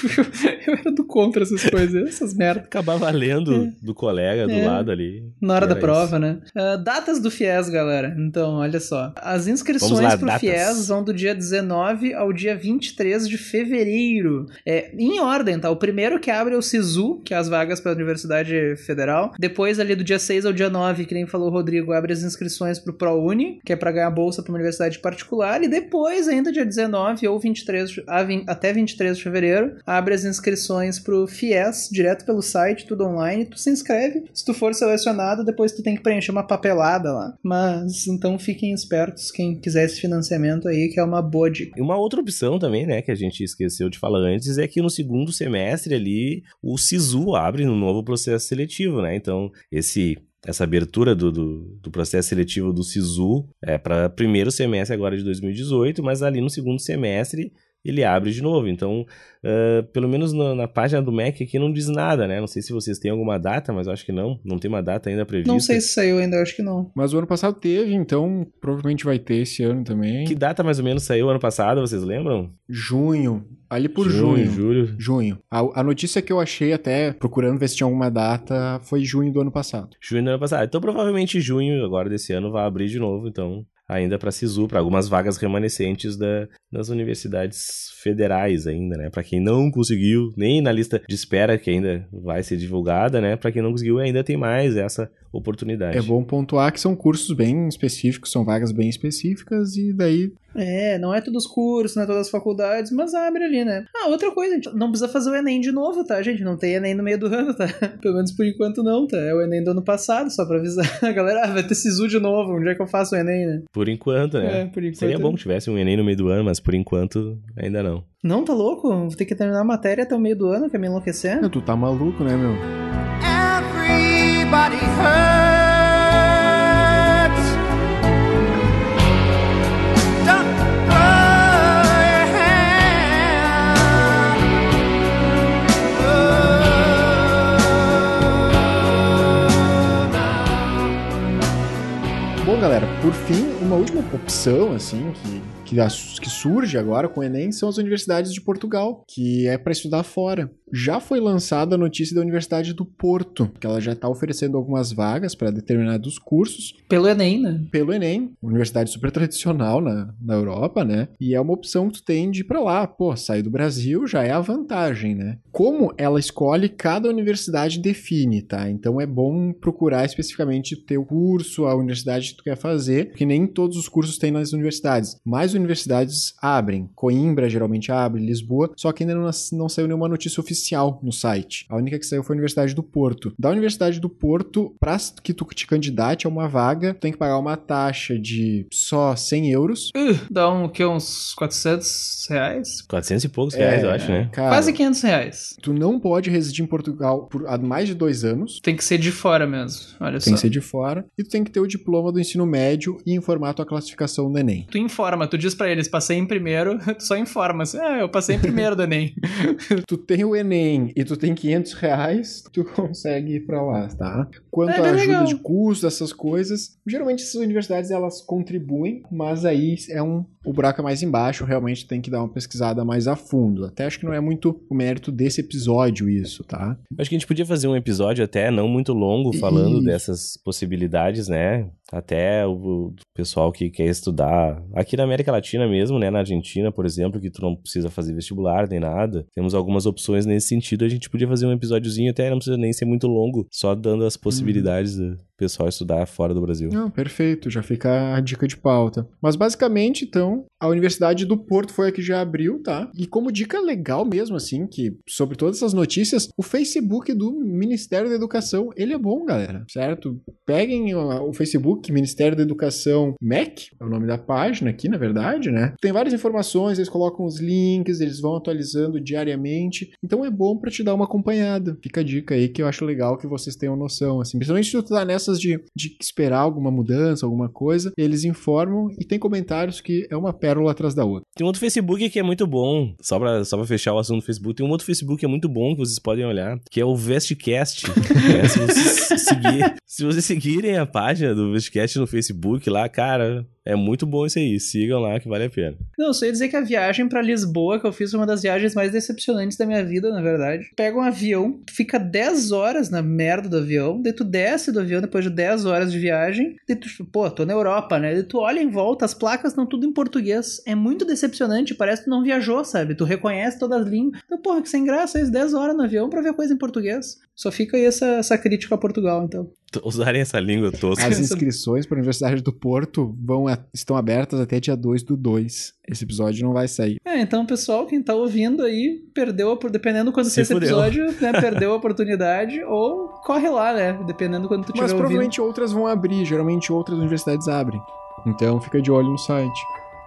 Eu era do contra essas coisas, essas merdas. Acabava lendo do colega do lado ali. Na hora da Era prova, isso. né? Datas do FIES, galera. Então, olha só. As inscrições Vamos lá, pro datas. FIES vão do dia 19 ao dia 23 de fevereiro. Em ordem, tá? O primeiro que abre é o SISU, que é as vagas para a Universidade Federal. Depois, ali do dia 6 ao dia 9, que nem falou o Rodrigo, abre as inscrições pro ProUni, que é para ganhar bolsa para uma universidade particular. E depois, ainda dia 19 ou 23, até 23 de fevereiro, abre as inscrições pro FIES, direto pelo site, tudo online. Tu se inscreve. Se tu for selecionado, depois tu tem que preencher uma papelada lá. Mas, então, fiquem espertos quem quiser esse financiamento aí, que é uma boa dica. E uma outra opção também, né, que a gente esqueceu de falar antes, é que no segundo semestre ali, o SISU abre um novo processo seletivo, né? Então, essa abertura do processo seletivo do SISU é para primeiro semestre agora de 2018, mas ali no segundo semestre ele abre de novo. Então, pelo menos na página do MEC aqui não diz nada, né? Não sei se vocês têm alguma data, mas eu acho que não tem uma data ainda prevista. Não sei se saiu ainda, acho que não. Mas o ano passado teve, então provavelmente vai ter esse ano também. Que data mais ou menos saiu ano passado, vocês lembram? Junho. Ali por junho. Julho. Junho. A notícia que eu achei até, procurando ver se tinha alguma data, foi junho do ano passado. Junho do ano passado. Então, provavelmente junho agora desse ano vai abrir de novo, então, ainda para SISU, para algumas vagas remanescentes nas universidades federais ainda, né? Pra quem não conseguiu, nem na lista de espera que ainda vai ser divulgada, né? Pra quem não conseguiu, ainda tem mais essa oportunidade. É bom pontuar que são cursos bem específicos, são vagas bem específicas e daí... Não é todos os cursos, não é todas as faculdades, mas abre ali, né? Outra coisa, a gente não precisa fazer o Enem de novo, tá, gente? Não tem Enem no meio do ano, tá? Pelo menos por enquanto não, tá? É o Enem do ano passado, só pra avisar a galera, vai ter SISU de novo, onde é que eu faço o Enem, né? Por enquanto, né? Por enquanto. Seria bom que tivesse um Enem no meio do ano, mas por enquanto ainda não. Não, tá louco? Vou ter que terminar a matéria até o meio do ano, quer me enlouquecer? Tu tá maluco, né, meu? Everybody hurts. Don't throw your hand. Bom, galera, por fim, uma última opção, assim, que surge agora com o Enem são as universidades de Portugal, que é para estudar fora. Já foi lançada a notícia da Universidade do Porto, que ela já está oferecendo algumas vagas para determinados cursos. Pelo Enem, né? Pelo Enem, universidade super tradicional na Europa, né? E é uma opção que tu tem de ir para lá. Pô, sair do Brasil já é a vantagem, né? Como ela escolhe, cada universidade define, tá? Então é bom procurar especificamente o teu curso, a universidade que tu quer fazer, porque nem todos os cursos tem nas universidades. Mais universidades abrem. Coimbra geralmente abre, Lisboa, só que ainda não saiu nenhuma notícia oficial no site. A única que saiu foi a Universidade do Porto. Da Universidade do Porto, para que tu te candidate a uma vaga, tu tem que pagar uma taxa de só 100 euros. Dá uns 400 reais? 400 e poucos reais, eu acho, né? Cara, Quase 500 reais. Tu não pode residir em Portugal por há mais de 2 anos. Tem que ser de fora mesmo, olha só. Tem que ser de fora. E tu tem que ter o diploma do ensino médio e informar tua classificação do Enem. Tu informa, tu diz pra eles, passei em primeiro, tu só informa assim, eu passei em primeiro do Enem. Tu tem o Enem e tu tem 500 reais, tu consegue ir pra lá, tá? Quanto à ajuda legal. de custo, essas coisas, geralmente essas universidades elas contribuem, mas aí o buraco é mais embaixo, realmente tem que dar uma pesquisada mais a fundo. Até acho que não é muito o mérito desse episódio isso, tá? Acho que a gente podia fazer um episódio até não muito longo falando dessas possibilidades, né? Até o pessoal que quer estudar aqui na América Latina mesmo, né? Na Argentina, por exemplo, que tu não precisa fazer vestibular nem nada. Temos algumas opções nesse sentido. A gente podia fazer um episódiozinho, até não precisa nem ser muito longo, só dando as possibilidades do pessoal estudar fora do Brasil. Não, perfeito, já fica a dica de pauta. Mas basicamente, então, a Universidade do Porto foi a que já abriu, tá? E como dica legal mesmo, assim, que sobre todas essas notícias, o Facebook do Ministério da Educação, ele é bom, galera, certo? Peguem o Facebook, Ministério da Educação MEC, é o nome da página aqui, na verdade, né? Tem várias informações, eles colocam os links, eles vão atualizando diariamente, então é bom pra te dar uma acompanhada. Fica a dica aí que eu acho legal que vocês tenham noção, assim, principalmente se tu tá nessas de esperar alguma mudança, alguma coisa, eles informam e tem comentários que é uma pérola atrás da outra. Tem um outro Facebook que é muito bom, só pra fechar o assunto do Facebook, tem um outro Facebook que é muito bom que vocês podem olhar, que é o Vestcast. Se vocês seguirem a página do Vestcast no Facebook lá, cara, é muito bom isso aí. Sigam lá que vale a pena. Não, só ia dizer que a viagem pra Lisboa, que eu fiz, foi uma das viagens mais decepcionantes da minha vida, na verdade. Pega um avião, tu fica 10 horas na merda do avião, daí tu desce do avião depois de 10 horas de viagem, daí tu, tô na Europa, né? Daí tu olha em volta, as placas estão tudo em português. É muito decepcionante, parece que tu não viajou, sabe? Tu reconhece todas as línguas. Então, que sem graça, 10 horas no avião pra ver coisa em português. Só fica aí essa crítica a Portugal, então. Usarem essa língua tosca. As inscrições para a Universidade do Porto estão abertas até dia 2/2. Esse episódio não vai sair. Então, pessoal, quem tá ouvindo aí, dependendo quando ser esse episódio, né, perdeu a oportunidade, ou corre lá, né, dependendo quando tu tiver ouvindo. Mas provavelmente outras vão abrir, geralmente outras universidades abrem. Então, fica de olho no site.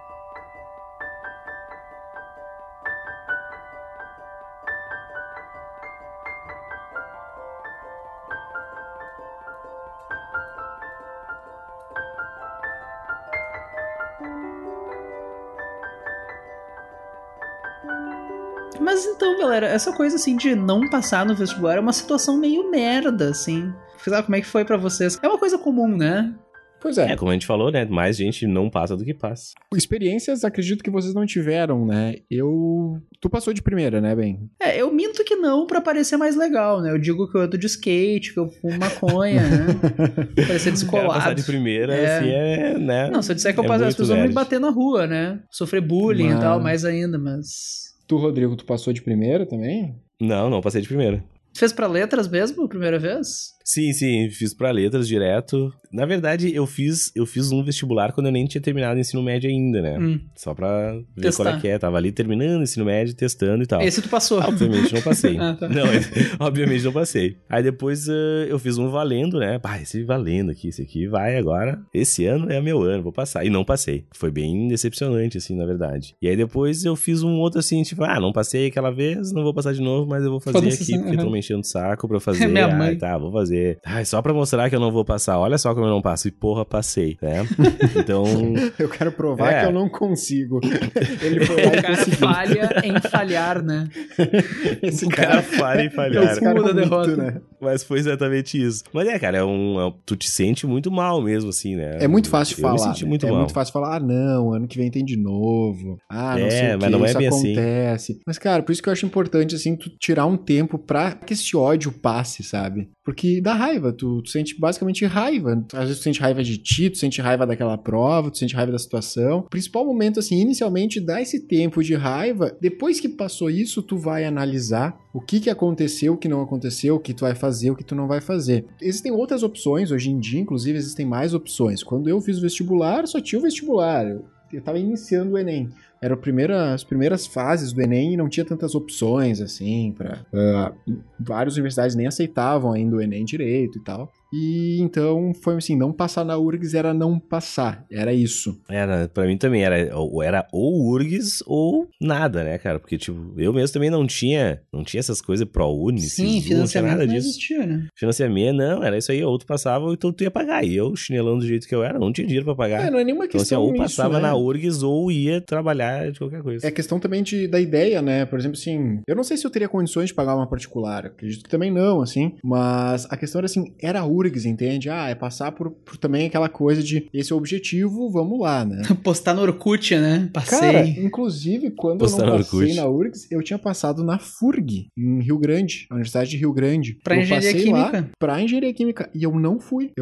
Mas então, galera, essa coisa assim de não passar no vestibular é uma situação meio merda, assim. Sabe como é que foi pra vocês? É uma coisa comum, né? Pois é. Como a gente falou, né? Mais gente não passa do que passa. Experiências, acredito que vocês não tiveram, né? Tu passou de primeira, né, Ben? Eu minto que não pra parecer mais legal, né? Eu digo que eu ando de skate, que eu fumo maconha, né? Parecer descolado. Passar de primeira, né? Não, se eu disser que eu passo, as pessoas vão me bater na rua, né? Sofrer bullying e tal, mais ainda, mas... Tu, Rodrigo, tu passou de primeira também? Não passei de primeira. Fez pra letras mesmo, a primeira vez? Sim, fiz pra letras direto. Na verdade, eu fiz um vestibular quando eu nem tinha terminado o ensino médio ainda, né? Só pra ver testar. qual é que é. Tava ali terminando o ensino médio, testando e tal. Esse tu passou. Obviamente não passei. Tá. Não, obviamente não passei. Aí depois eu fiz um valendo, né? Esse valendo aqui, esse aqui vai agora. Esse ano é meu ano, vou passar. E não passei. Foi bem decepcionante, assim, na verdade. E aí depois eu fiz um outro assim, tipo, não passei aquela vez, não vou passar de novo, mas eu vou fazer aqui, porque estão me enchendo o saco pra eu fazer. Minha mãe. Tá, vou fazer. Só pra mostrar que eu não vou passar. Olha só como eu não passo. E porra, passei, né? Então... Eu quero provar que eu não consigo. Ele foi lá e conseguiu. Falha em falhar, né? Esse O cara falha em falhar. É o fumo da derrota. Né? Mas foi exatamente isso. Mas cara, tu te sente muito mal mesmo, assim, né? É muito fácil de falar. Eu me senti muito mal. Muito fácil falar, não, ano que vem tem de novo. Não sei o mas que, não é isso bem acontece. Mas, cara, por isso que eu acho importante, assim, tu tirar um tempo pra que esse ódio passe, sabe? Porque dá raiva, tu sente basicamente raiva. Às vezes tu sente raiva de ti, tu sente raiva daquela prova, tu sente raiva da situação. O principal momento, assim, inicialmente, dá esse tempo de raiva. Depois que passou isso, tu vai analisar o que aconteceu, o que não aconteceu, o que tu vai fazer, o que tu não vai fazer. Existem outras opções, hoje em dia, inclusive, existem mais opções. Quando eu fiz o vestibular, só tinha o vestibular. Eu tava iniciando o Enem. Eram as primeiras fases do Enem e não tinha tantas opções, assim, várias universidades nem aceitavam ainda o Enem direito e tal. E então foi assim, não passar na URGS era não passar, era isso. Pra mim também, era ou URGS ou nada, né, cara? Porque, tipo, eu mesmo também não tinha essas coisas ProUni, sim, financiamento não tinha nada disso. Não existia, né? Financiamento, não, era isso aí, ou tu passava ou então tu ia pagar. E eu, chinelando do jeito que eu era, não tinha dinheiro pra pagar. Não é nenhuma questão então, assim, ou passava na URGS ou ia trabalhar de qualquer coisa. É questão também da ideia, né? Por exemplo, assim, eu não sei se eu teria condições de pagar uma particular, acredito que também não, assim, mas a questão era assim, era URGS, entende? É passar por também aquela coisa de esse é o objetivo, vamos lá, né? Postar no Orkut, né? Passei. Cara, inclusive, quando eu não passei na URGS, eu tinha passado na FURG, em Rio Grande, a Universidade de Rio Grande. Pra engenharia química. Pra engenharia química. E eu não fui.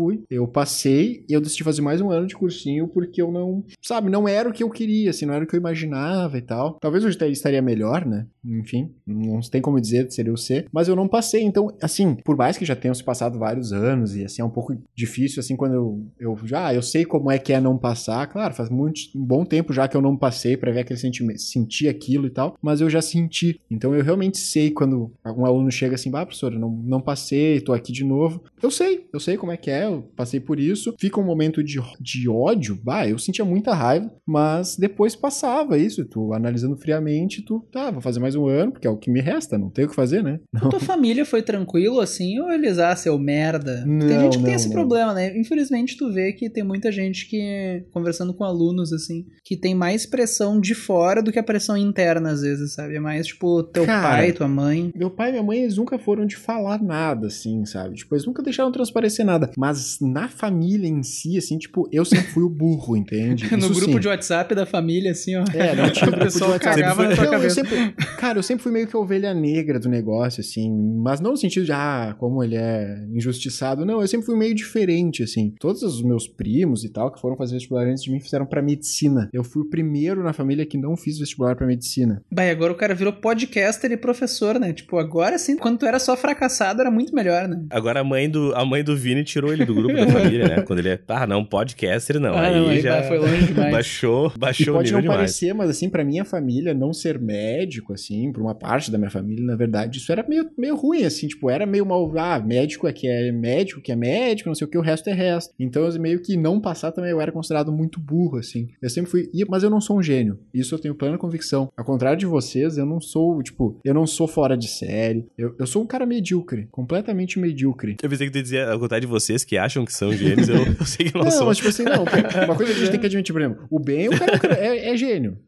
Eu passei e eu decidi fazer mais um ano de cursinho porque eu não, sabe, não era o que eu queria, assim, não era o que eu imaginava e tal. Talvez hoje estaria melhor, né? Enfim, não tem como dizer, seria o C. Mas eu não passei, então, assim, por mais que já tenham se passado vários anos e, assim, é um pouco difícil, assim, quando eu sei como é que é não passar. Claro, faz um bom tempo já que eu não passei pra ver aquele sentimento, sentir aquilo e tal, mas eu já senti. Então, eu realmente sei quando algum aluno chega assim, professora, não passei, tô aqui de novo. Eu sei como é que é, eu passei por isso. Fica um momento de ódio, eu sentia muita raiva, mas depois passava isso, tu analisando friamente, vou fazer mais um ano, porque é o que me resta, não tem o que fazer, né? A tua família foi tranquilo, assim, ou eles, seu merda? Tem gente que tem esse problema, né? Infelizmente, tu vê que tem muita gente que, conversando com alunos, assim, que tem mais pressão de fora do que a pressão interna, às vezes, sabe? É mais, tipo, teu pai, tua mãe. Meu pai e minha mãe, eles nunca foram de falar nada, assim, sabe? Tipo, eles nunca deixaram transparecer nada. Mas na família em si, assim, tipo, eu sempre fui o burro, entende? No grupo de WhatsApp da família, assim, ó. Não tinha grupo de WhatsApp. Cagava na tua cabeça. Eu sempre fui meio que a ovelha negra do negócio, assim, mas não no sentido de, como ele é injustiçado, não, eu sempre fui meio diferente, assim. Todos os meus primos e tal, que foram fazer vestibular antes de mim, fizeram pra medicina. Eu fui o primeiro na família que não fiz vestibular pra medicina. Agora o cara virou podcaster e professor, né? Tipo, agora sim, quando tu era só fracassado, era muito melhor, né? Agora a mãe do Vini tirou ele do grupo da família, né? Quando ele não, podcaster não. Aí já foi longe demais. Baixou o nível demais. Pode não parecer, mas assim, pra minha família, não ser médico, assim, pra uma parte da minha família, na verdade, isso era meio ruim, assim, tipo, era meio mal, médico que é médico, não sei o que, o resto é resto. Então, meio que não passar também, eu era considerado muito burro, assim. Eu sempre fui, mas eu não sou um gênio. Isso eu tenho plena convicção. Ao contrário de vocês, eu não sou fora de série. Eu sou um cara medíocre, completamente medíocre. Eu pensei que tu ia dizer, ao contrário de vocês que acham que são gênios, eu sei que não sou. Não, mas tipo assim, uma coisa que a gente tem que admitir, por exemplo, o Ben, o cara é gênio.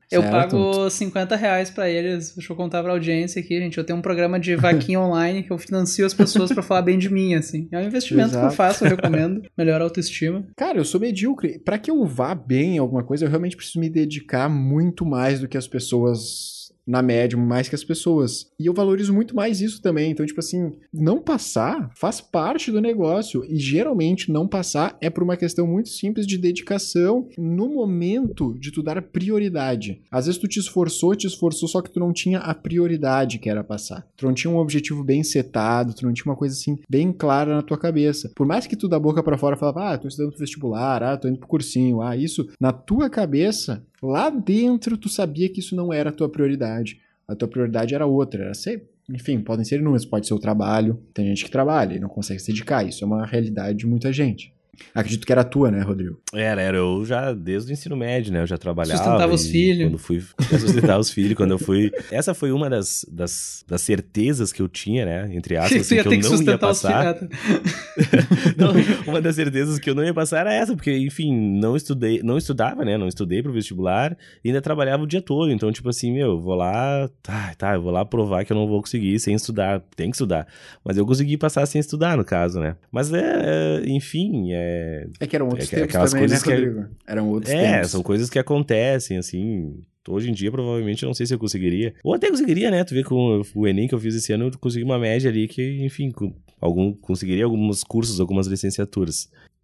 Eu Certo. pago R$50 pra eles. Deixa eu contar pra audiência aqui, gente. Eu tenho um programa de vaquinha online que eu financio as pessoas pra falar bem de mim, assim. É um investimento que eu Exato. faço, eu recomendo. Melhor autoestima. Cara, eu sou medíocre. Pra que eu vá bem em alguma coisa, eu realmente preciso me dedicar muito mais do que as pessoas na média, mais que as pessoas. E eu valorizo muito mais isso também. Então, tipo assim, não passar faz parte do negócio. E geralmente não passar é por uma questão muito simples de dedicação no momento de tu dar prioridade. Às vezes tu te esforçou, só que tu não tinha a prioridade que era passar. Tu não tinha um objetivo bem setado, tu não tinha uma coisa assim bem clara na tua cabeça. Por mais que tu da boca pra fora falava, tô estudando pro vestibular, tô indo pro cursinho, isso, na tua cabeça, lá dentro tu sabia que isso não era a tua prioridade. A tua prioridade era outra, era ser, enfim, podem ser inúmeros, pode ser o trabalho. Tem gente que trabalha e não consegue se dedicar, isso é uma realidade de muita gente. Acredito que era a tua, né, Rodrigo? Era, eu já, desde o ensino médio, né, eu já trabalhava. Sustentava os filhos. Quando fui sustentar os filhos, quando eu fui... Essa foi uma das certezas que eu tinha, né, entre aspas, assim, que eu não ia passar. Não, uma das certezas que eu não ia passar era essa, porque, enfim, não estudava, né, não estudei pro vestibular, e ainda trabalhava o dia todo, então, tipo assim, eu vou lá, eu vou lá provar que eu não vou conseguir sem estudar, tem que estudar. Mas eu consegui passar sem estudar, no caso, né. Mas, enfim, É que eram outros tempos aquelas também, né, coisas que Rodrigo? Eram outros tempos. são coisas que acontecem, assim. Hoje em dia, provavelmente, eu não sei se eu conseguiria. Ou até conseguiria, né? Tu vê com o Enem que eu fiz esse ano, eu consegui uma média ali que, enfim, conseguiria alguns cursos, algumas licenciaturas.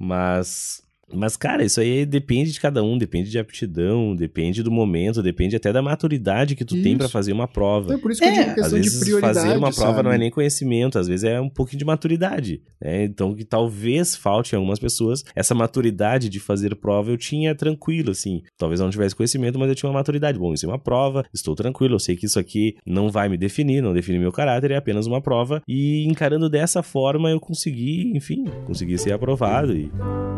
Mas, cara, isso aí depende de cada um, depende de aptidão, depende do momento, depende até da maturidade que tu tem pra fazer uma prova. Então, por isso que eu digo questão Às vezes de prioridade, fazer uma prova sabe? não é nem conhecimento, às vezes é um pouquinho de maturidade, né? Então, que talvez falte em algumas pessoas essa maturidade de fazer prova, eu tinha tranquilo, assim. Talvez eu não tivesse conhecimento, mas eu tinha uma maturidade. Bom, isso é uma prova, estou tranquilo, eu sei que isso aqui não vai me definir, não define meu caráter, é apenas uma prova. E encarando dessa forma, eu consegui ser aprovado e...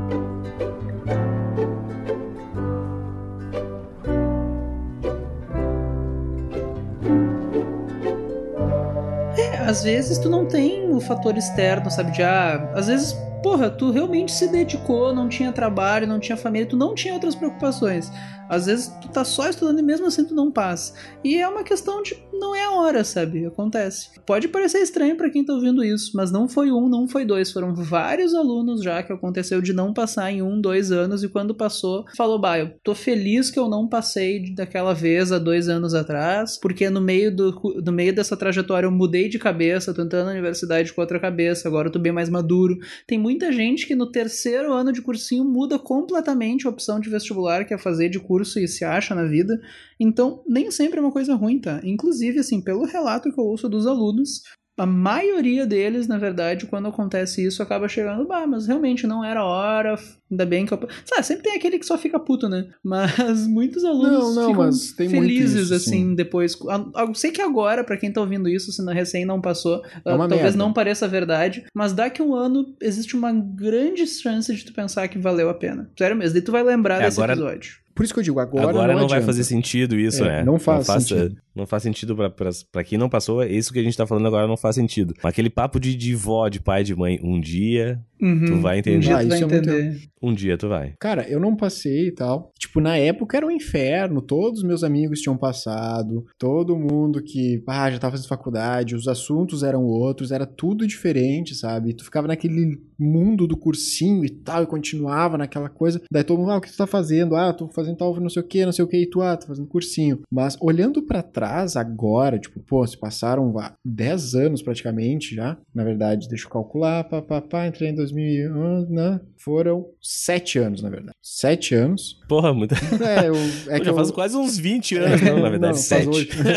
Às vezes tu não tem o fator externo, sabe? Às vezes, tu realmente se dedicou, não tinha trabalho, não tinha família, tu não tinha outras preocupações. Às vezes tu tá só estudando e mesmo assim tu não passa. E é uma questão de... não é a hora, sabe? Acontece. Pode parecer estranho pra quem tá ouvindo isso, mas não foi um, não foi dois. Foram vários alunos já que aconteceu de não passar em 1, 2 anos e quando passou, falou, eu tô feliz que eu não passei daquela vez há 2 anos atrás, porque no meio dessa trajetória eu mudei de cabeça, tô entrando na universidade com outra cabeça, agora eu tô bem mais maduro. Tem muita gente que no 3º ano de cursinho muda completamente a opção de vestibular que é fazer de curso e se acha na vida, então nem sempre é uma coisa ruim, tá? Inclusive, assim, pelo relato que eu ouço dos alunos, a maioria deles, na verdade, quando acontece isso, acaba chegando, mas realmente não era hora, ainda bem que eu... Sabe, sempre tem aquele que só fica puto, né? Mas muitos alunos ficam mas tem felizes, isso, assim, depois. Eu sei que agora, pra quem tá ouvindo isso, se recém não passou, talvez merda. não pareça verdade, mas daqui a um ano existe uma grande chance de tu pensar que valeu a pena. Sério mesmo, daí tu vai lembrar desse episódio. Por isso que eu digo, agora não vai adianta. fazer sentido isso, né? Não faz sentido. Não faz sentido pra quem não passou, isso que a gente tá falando agora não faz sentido. Aquele papo de vó, de pai, de mãe, um dia tu vai entender. Um dia tu vai isso é muito... entender. Um dia tu vai. Cara, eu não passei e tal. Tipo, na época era um inferno. Todos os meus amigos tinham passado. Todo mundo que, já tava fazendo faculdade. Os assuntos eram outros. Era tudo diferente, sabe? Tu ficava naquele mundo do cursinho e tal. E continuava naquela coisa. Daí todo mundo, o que tu tá fazendo? Tô fazendo tal, não sei o que. E tu, tô fazendo cursinho. Mas olhando pra trás agora, tipo, se passaram 10 anos praticamente já. Na verdade, deixa eu calcular. Entrei em 2001, né? Foram 7 anos, na verdade. 7 anos. Porra, muito. Já faz quase uns 20 anos, não, na verdade, 7.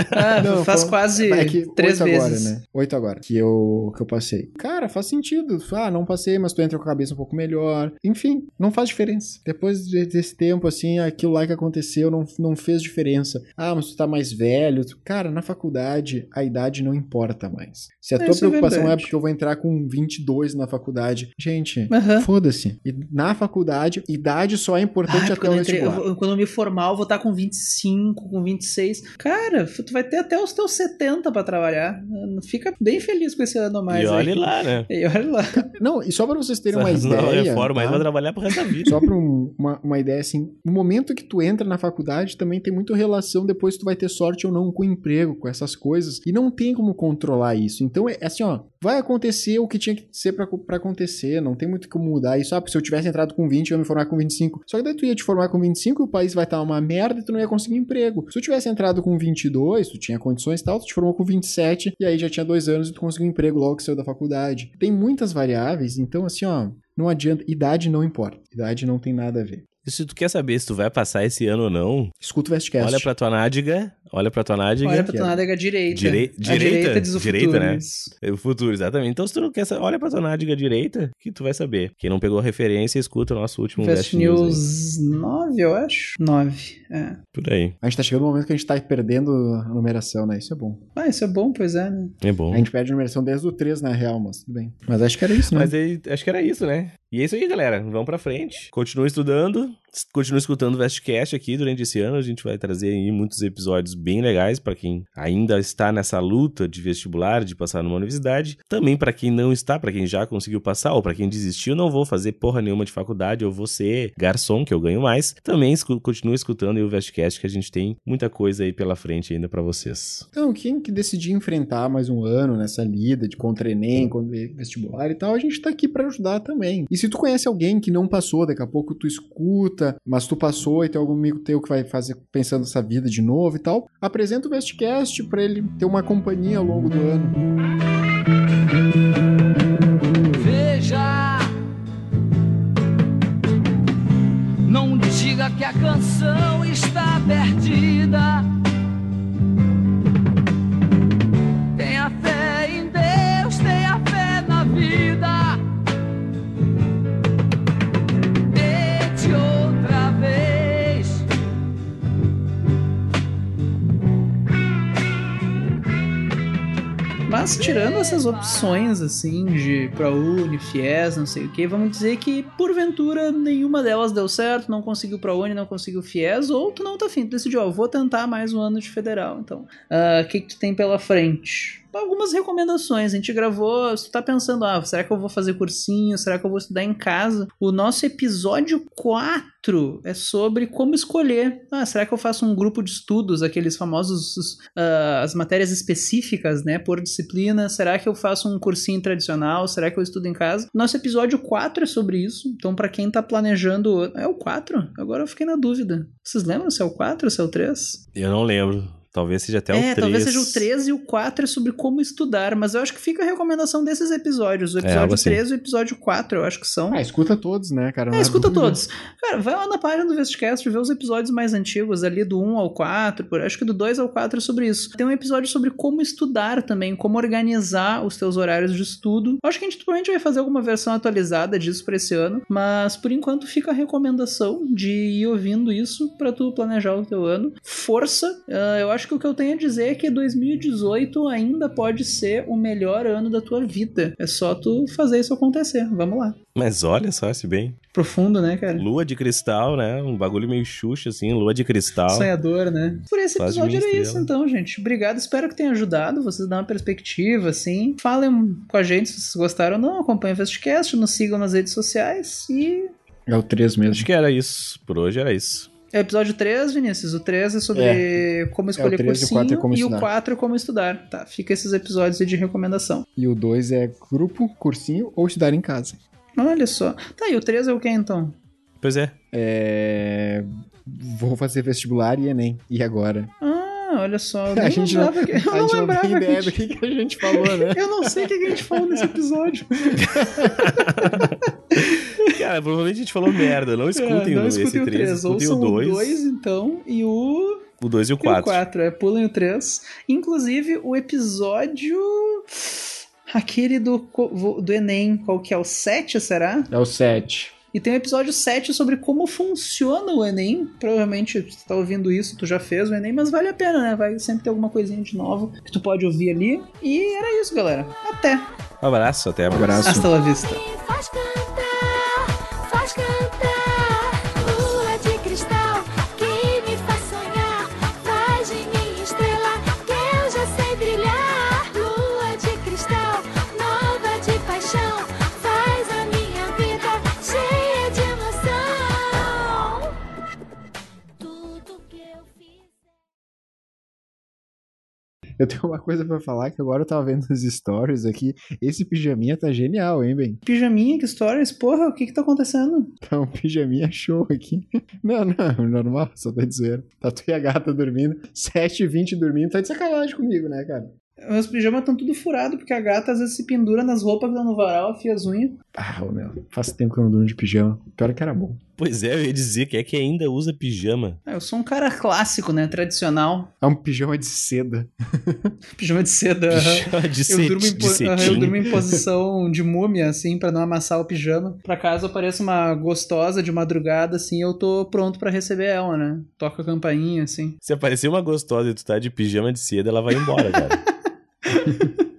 Faz quase 3 vezes. Agora, né? 8 agora, que eu passei. Cara, faz sentido. Não passei, mas tu entra com a cabeça um pouco melhor. Enfim, não faz diferença. Depois desse tempo, assim, aquilo lá que aconteceu não fez diferença. Mas tu tá mais velho. Cara, na faculdade, a idade não importa mais. Se a tua preocupação é porque eu vou entrar com 22 na faculdade, gente, foda-se. E na faculdade, idade só é importante até o vestibular. quando eu me formar, eu vou estar com 25, com 26. Cara, tu vai ter até os teus 70 pra trabalhar. Fica bem feliz com esse ano a mais. E olhe aí. lá, né? E olha lá. Não, e só pra vocês terem uma ideia... Não reforma, tá? mas vai trabalhar pro resto da vida. Só pra uma ideia, assim, no momento que tu entra na faculdade, também tem muita relação depois tu vai ter sorte ou não com o emprego, com essas coisas, e não tem como controlar isso. Então, é assim, ó, vai acontecer o que tinha que ser pra acontecer, não tem muito como mudar isso. Ah, porque se eu tivesse entrado com 20, eu ia me formar com 25. Só que daí tu ia te formar com 25 e o país vai estar uma merda e tu não ia conseguir emprego. Se tu tivesse entrado com 22, tu tinha condições e tal, tu te formou com 27 e aí já tinha 2 anos e tu conseguiu emprego logo que saiu da faculdade. Tem muitas variáveis, então assim, ó, não adianta, idade não importa. Idade não tem nada a ver. E se tu quer saber se tu vai passar esse ano ou não, Escuta o Vestcast. olha pra tua nádega. Olha pra tua nádega direita. Direita diz o direita, futuro. né? O futuro, exatamente. Então, se tu não quer saber, olha pra tua nádega direita, que tu vai saber. Quem não pegou a referência, escuta o nosso último Vest News 9, eu acho. 9, é. Por aí. A gente tá chegando no momento que a gente tá perdendo a numeração, né? Isso é bom. Ah, isso é bom, pois é, né? É bom. A gente perde a numeração desde o 3, na real, mas tudo bem. Mas acho que era isso, né? Mas aí, acho que era isso, né? E é isso aí, galera. Vamos pra frente. Continua estudando. Continua escutando o Vestcast aqui durante esse ano. A gente vai trazer aí muitos episódios bem legais pra quem ainda está nessa luta de vestibular, de passar numa universidade. Também pra quem não está, pra quem já conseguiu passar ou pra quem desistiu, não vou fazer porra nenhuma de faculdade, eu vou ser garçom, que eu ganho mais. Também continua escutando aí o Vestcast, que a gente tem muita coisa aí pela frente ainda pra vocês. Então, quem que decidir enfrentar mais um ano nessa lida de contra Enem, contra vestibular e tal, a gente tá aqui pra ajudar também. E se tu conhece alguém que não passou, daqui a pouco tu escuta, mas tu passou e tem algum amigo teu que vai fazer pensando nessa vida de novo e tal, apresenta o Vestcast pra ele ter uma companhia ao longo do ano. Veja, não diga que a canção está perdida. Tenha fé em Deus, tenha fé na vida. Tente outra vez. Mas tirando essas opções, assim, de ProUni, FIES, não sei o que, vamos dizer que, porventura, nenhuma delas deu certo, não conseguiu ProUni, não conseguiu FIES, ou tu não tá afim, tu decidiu, ó, vou tentar mais um ano de federal, então. O que tu tem pela frente? Algumas recomendações, a gente gravou, se tu tá pensando, será que eu vou fazer cursinho, será que eu vou estudar em casa? O nosso episódio 4 é sobre como escolher, será que eu faço um grupo de estudos, aqueles famosos, as matérias específicas, né, por disciplina, será que eu faço um cursinho tradicional, será que eu estudo em casa? Nosso episódio 4 é sobre isso, então pra quem tá planejando, é o 4? Agora eu fiquei na dúvida. Vocês lembram se é o 4 ou se é o 3? Eu não lembro. Talvez seja até o 3. Talvez seja o 3 e o 4 é sobre como estudar, mas eu acho que fica a recomendação desses episódios. O episódio 3 e o episódio 4, eu acho que são. Escuta todos, né, cara? Escuta todos. Cara, vai lá na página do Vestcast e vê os episódios mais antigos, ali do 1 ao 4, acho que do 2 ao 4 é sobre isso. Tem um episódio sobre como estudar também, como organizar os teus horários de estudo. Acho que a gente provavelmente vai fazer alguma versão atualizada disso pra esse ano, mas por enquanto fica a recomendação de ir ouvindo isso pra tu planejar o teu ano. Força! Eu acho que o que eu tenho a dizer é que 2018 ainda pode ser o melhor ano da tua vida. É só tu fazer isso acontecer. Vamos lá. Mas olha só, se bem. Profundo, né, cara? Lua de cristal, né? Um bagulho meio Xuxa, assim, lua de cristal. Sonhador, né? Por esse episódio era isso, então, gente. Obrigado, espero que tenha ajudado vocês a dar uma perspectiva, assim. Falem com a gente se vocês gostaram ou não. Acompanhem o Vestcast, nos sigam nas redes sociais e... É o 3 mesmo. Acho que era isso. Por hoje era isso. É o episódio 3, Vinícius. O 3 é sobre como escolher cursinho e o 4 é como estudar. Tá, fica esses episódios aí de recomendação. E o 2 é grupo, cursinho ou estudar em casa. Olha só. Tá, e o 3 é o que então? Pois é. Vou fazer vestibular e Enem. E agora? Olha só. A gente não tem ideia do que a gente falou, né? Eu não sei o que a gente falou nesse episódio. Cara, provavelmente a gente falou merda. Não escutem esse 3, escutem o 2. O 2, então, e o 2 e o 4. O 4, pulem o 3. Inclusive, o episódio... Aquele do Enem, qual que é? O 7, será? É o 7. E tem o episódio 7 sobre como funciona o Enem. Provavelmente tu tá ouvindo isso, tu já fez o Enem, mas vale a pena, né? Vai sempre ter alguma coisinha de novo que tu pode ouvir ali. E era isso, galera. Até. Um abraço, até mais. Um abraço. Hasta la vista. Faz cantar, lua de cristal. Eu tenho uma coisa pra falar que agora eu tava vendo nos stories aqui. Esse pijaminha tá genial, hein, Ben? Pijaminha, que stories? Porra, o que tá acontecendo? Tá um pijaminha show aqui. Não, normal, só tá de zoeira. Tá tu e a gata dormindo, 7h20 dormindo, tá de sacanagem comigo, né, cara? Meus pijamas estão tudo furado, porque a gata às vezes se pendura nas roupas que estão no varal, afia as unhas. Ah, meu, faz tempo que eu não durmo de pijama. Pior que era bom. Pois é, eu ia dizer que é que ainda usa pijama. Eu sou um cara clássico, né? Tradicional. É um pijama de seda. Pijama de seda. Pijama de Eu durmo em posição de múmia, assim, pra não amassar o pijama. Pra caso apareça uma gostosa de madrugada, assim, eu tô pronto pra receber ela, né? Toca a campainha, assim. Se aparecer uma gostosa e tu tá de pijama de seda, ela vai embora, cara.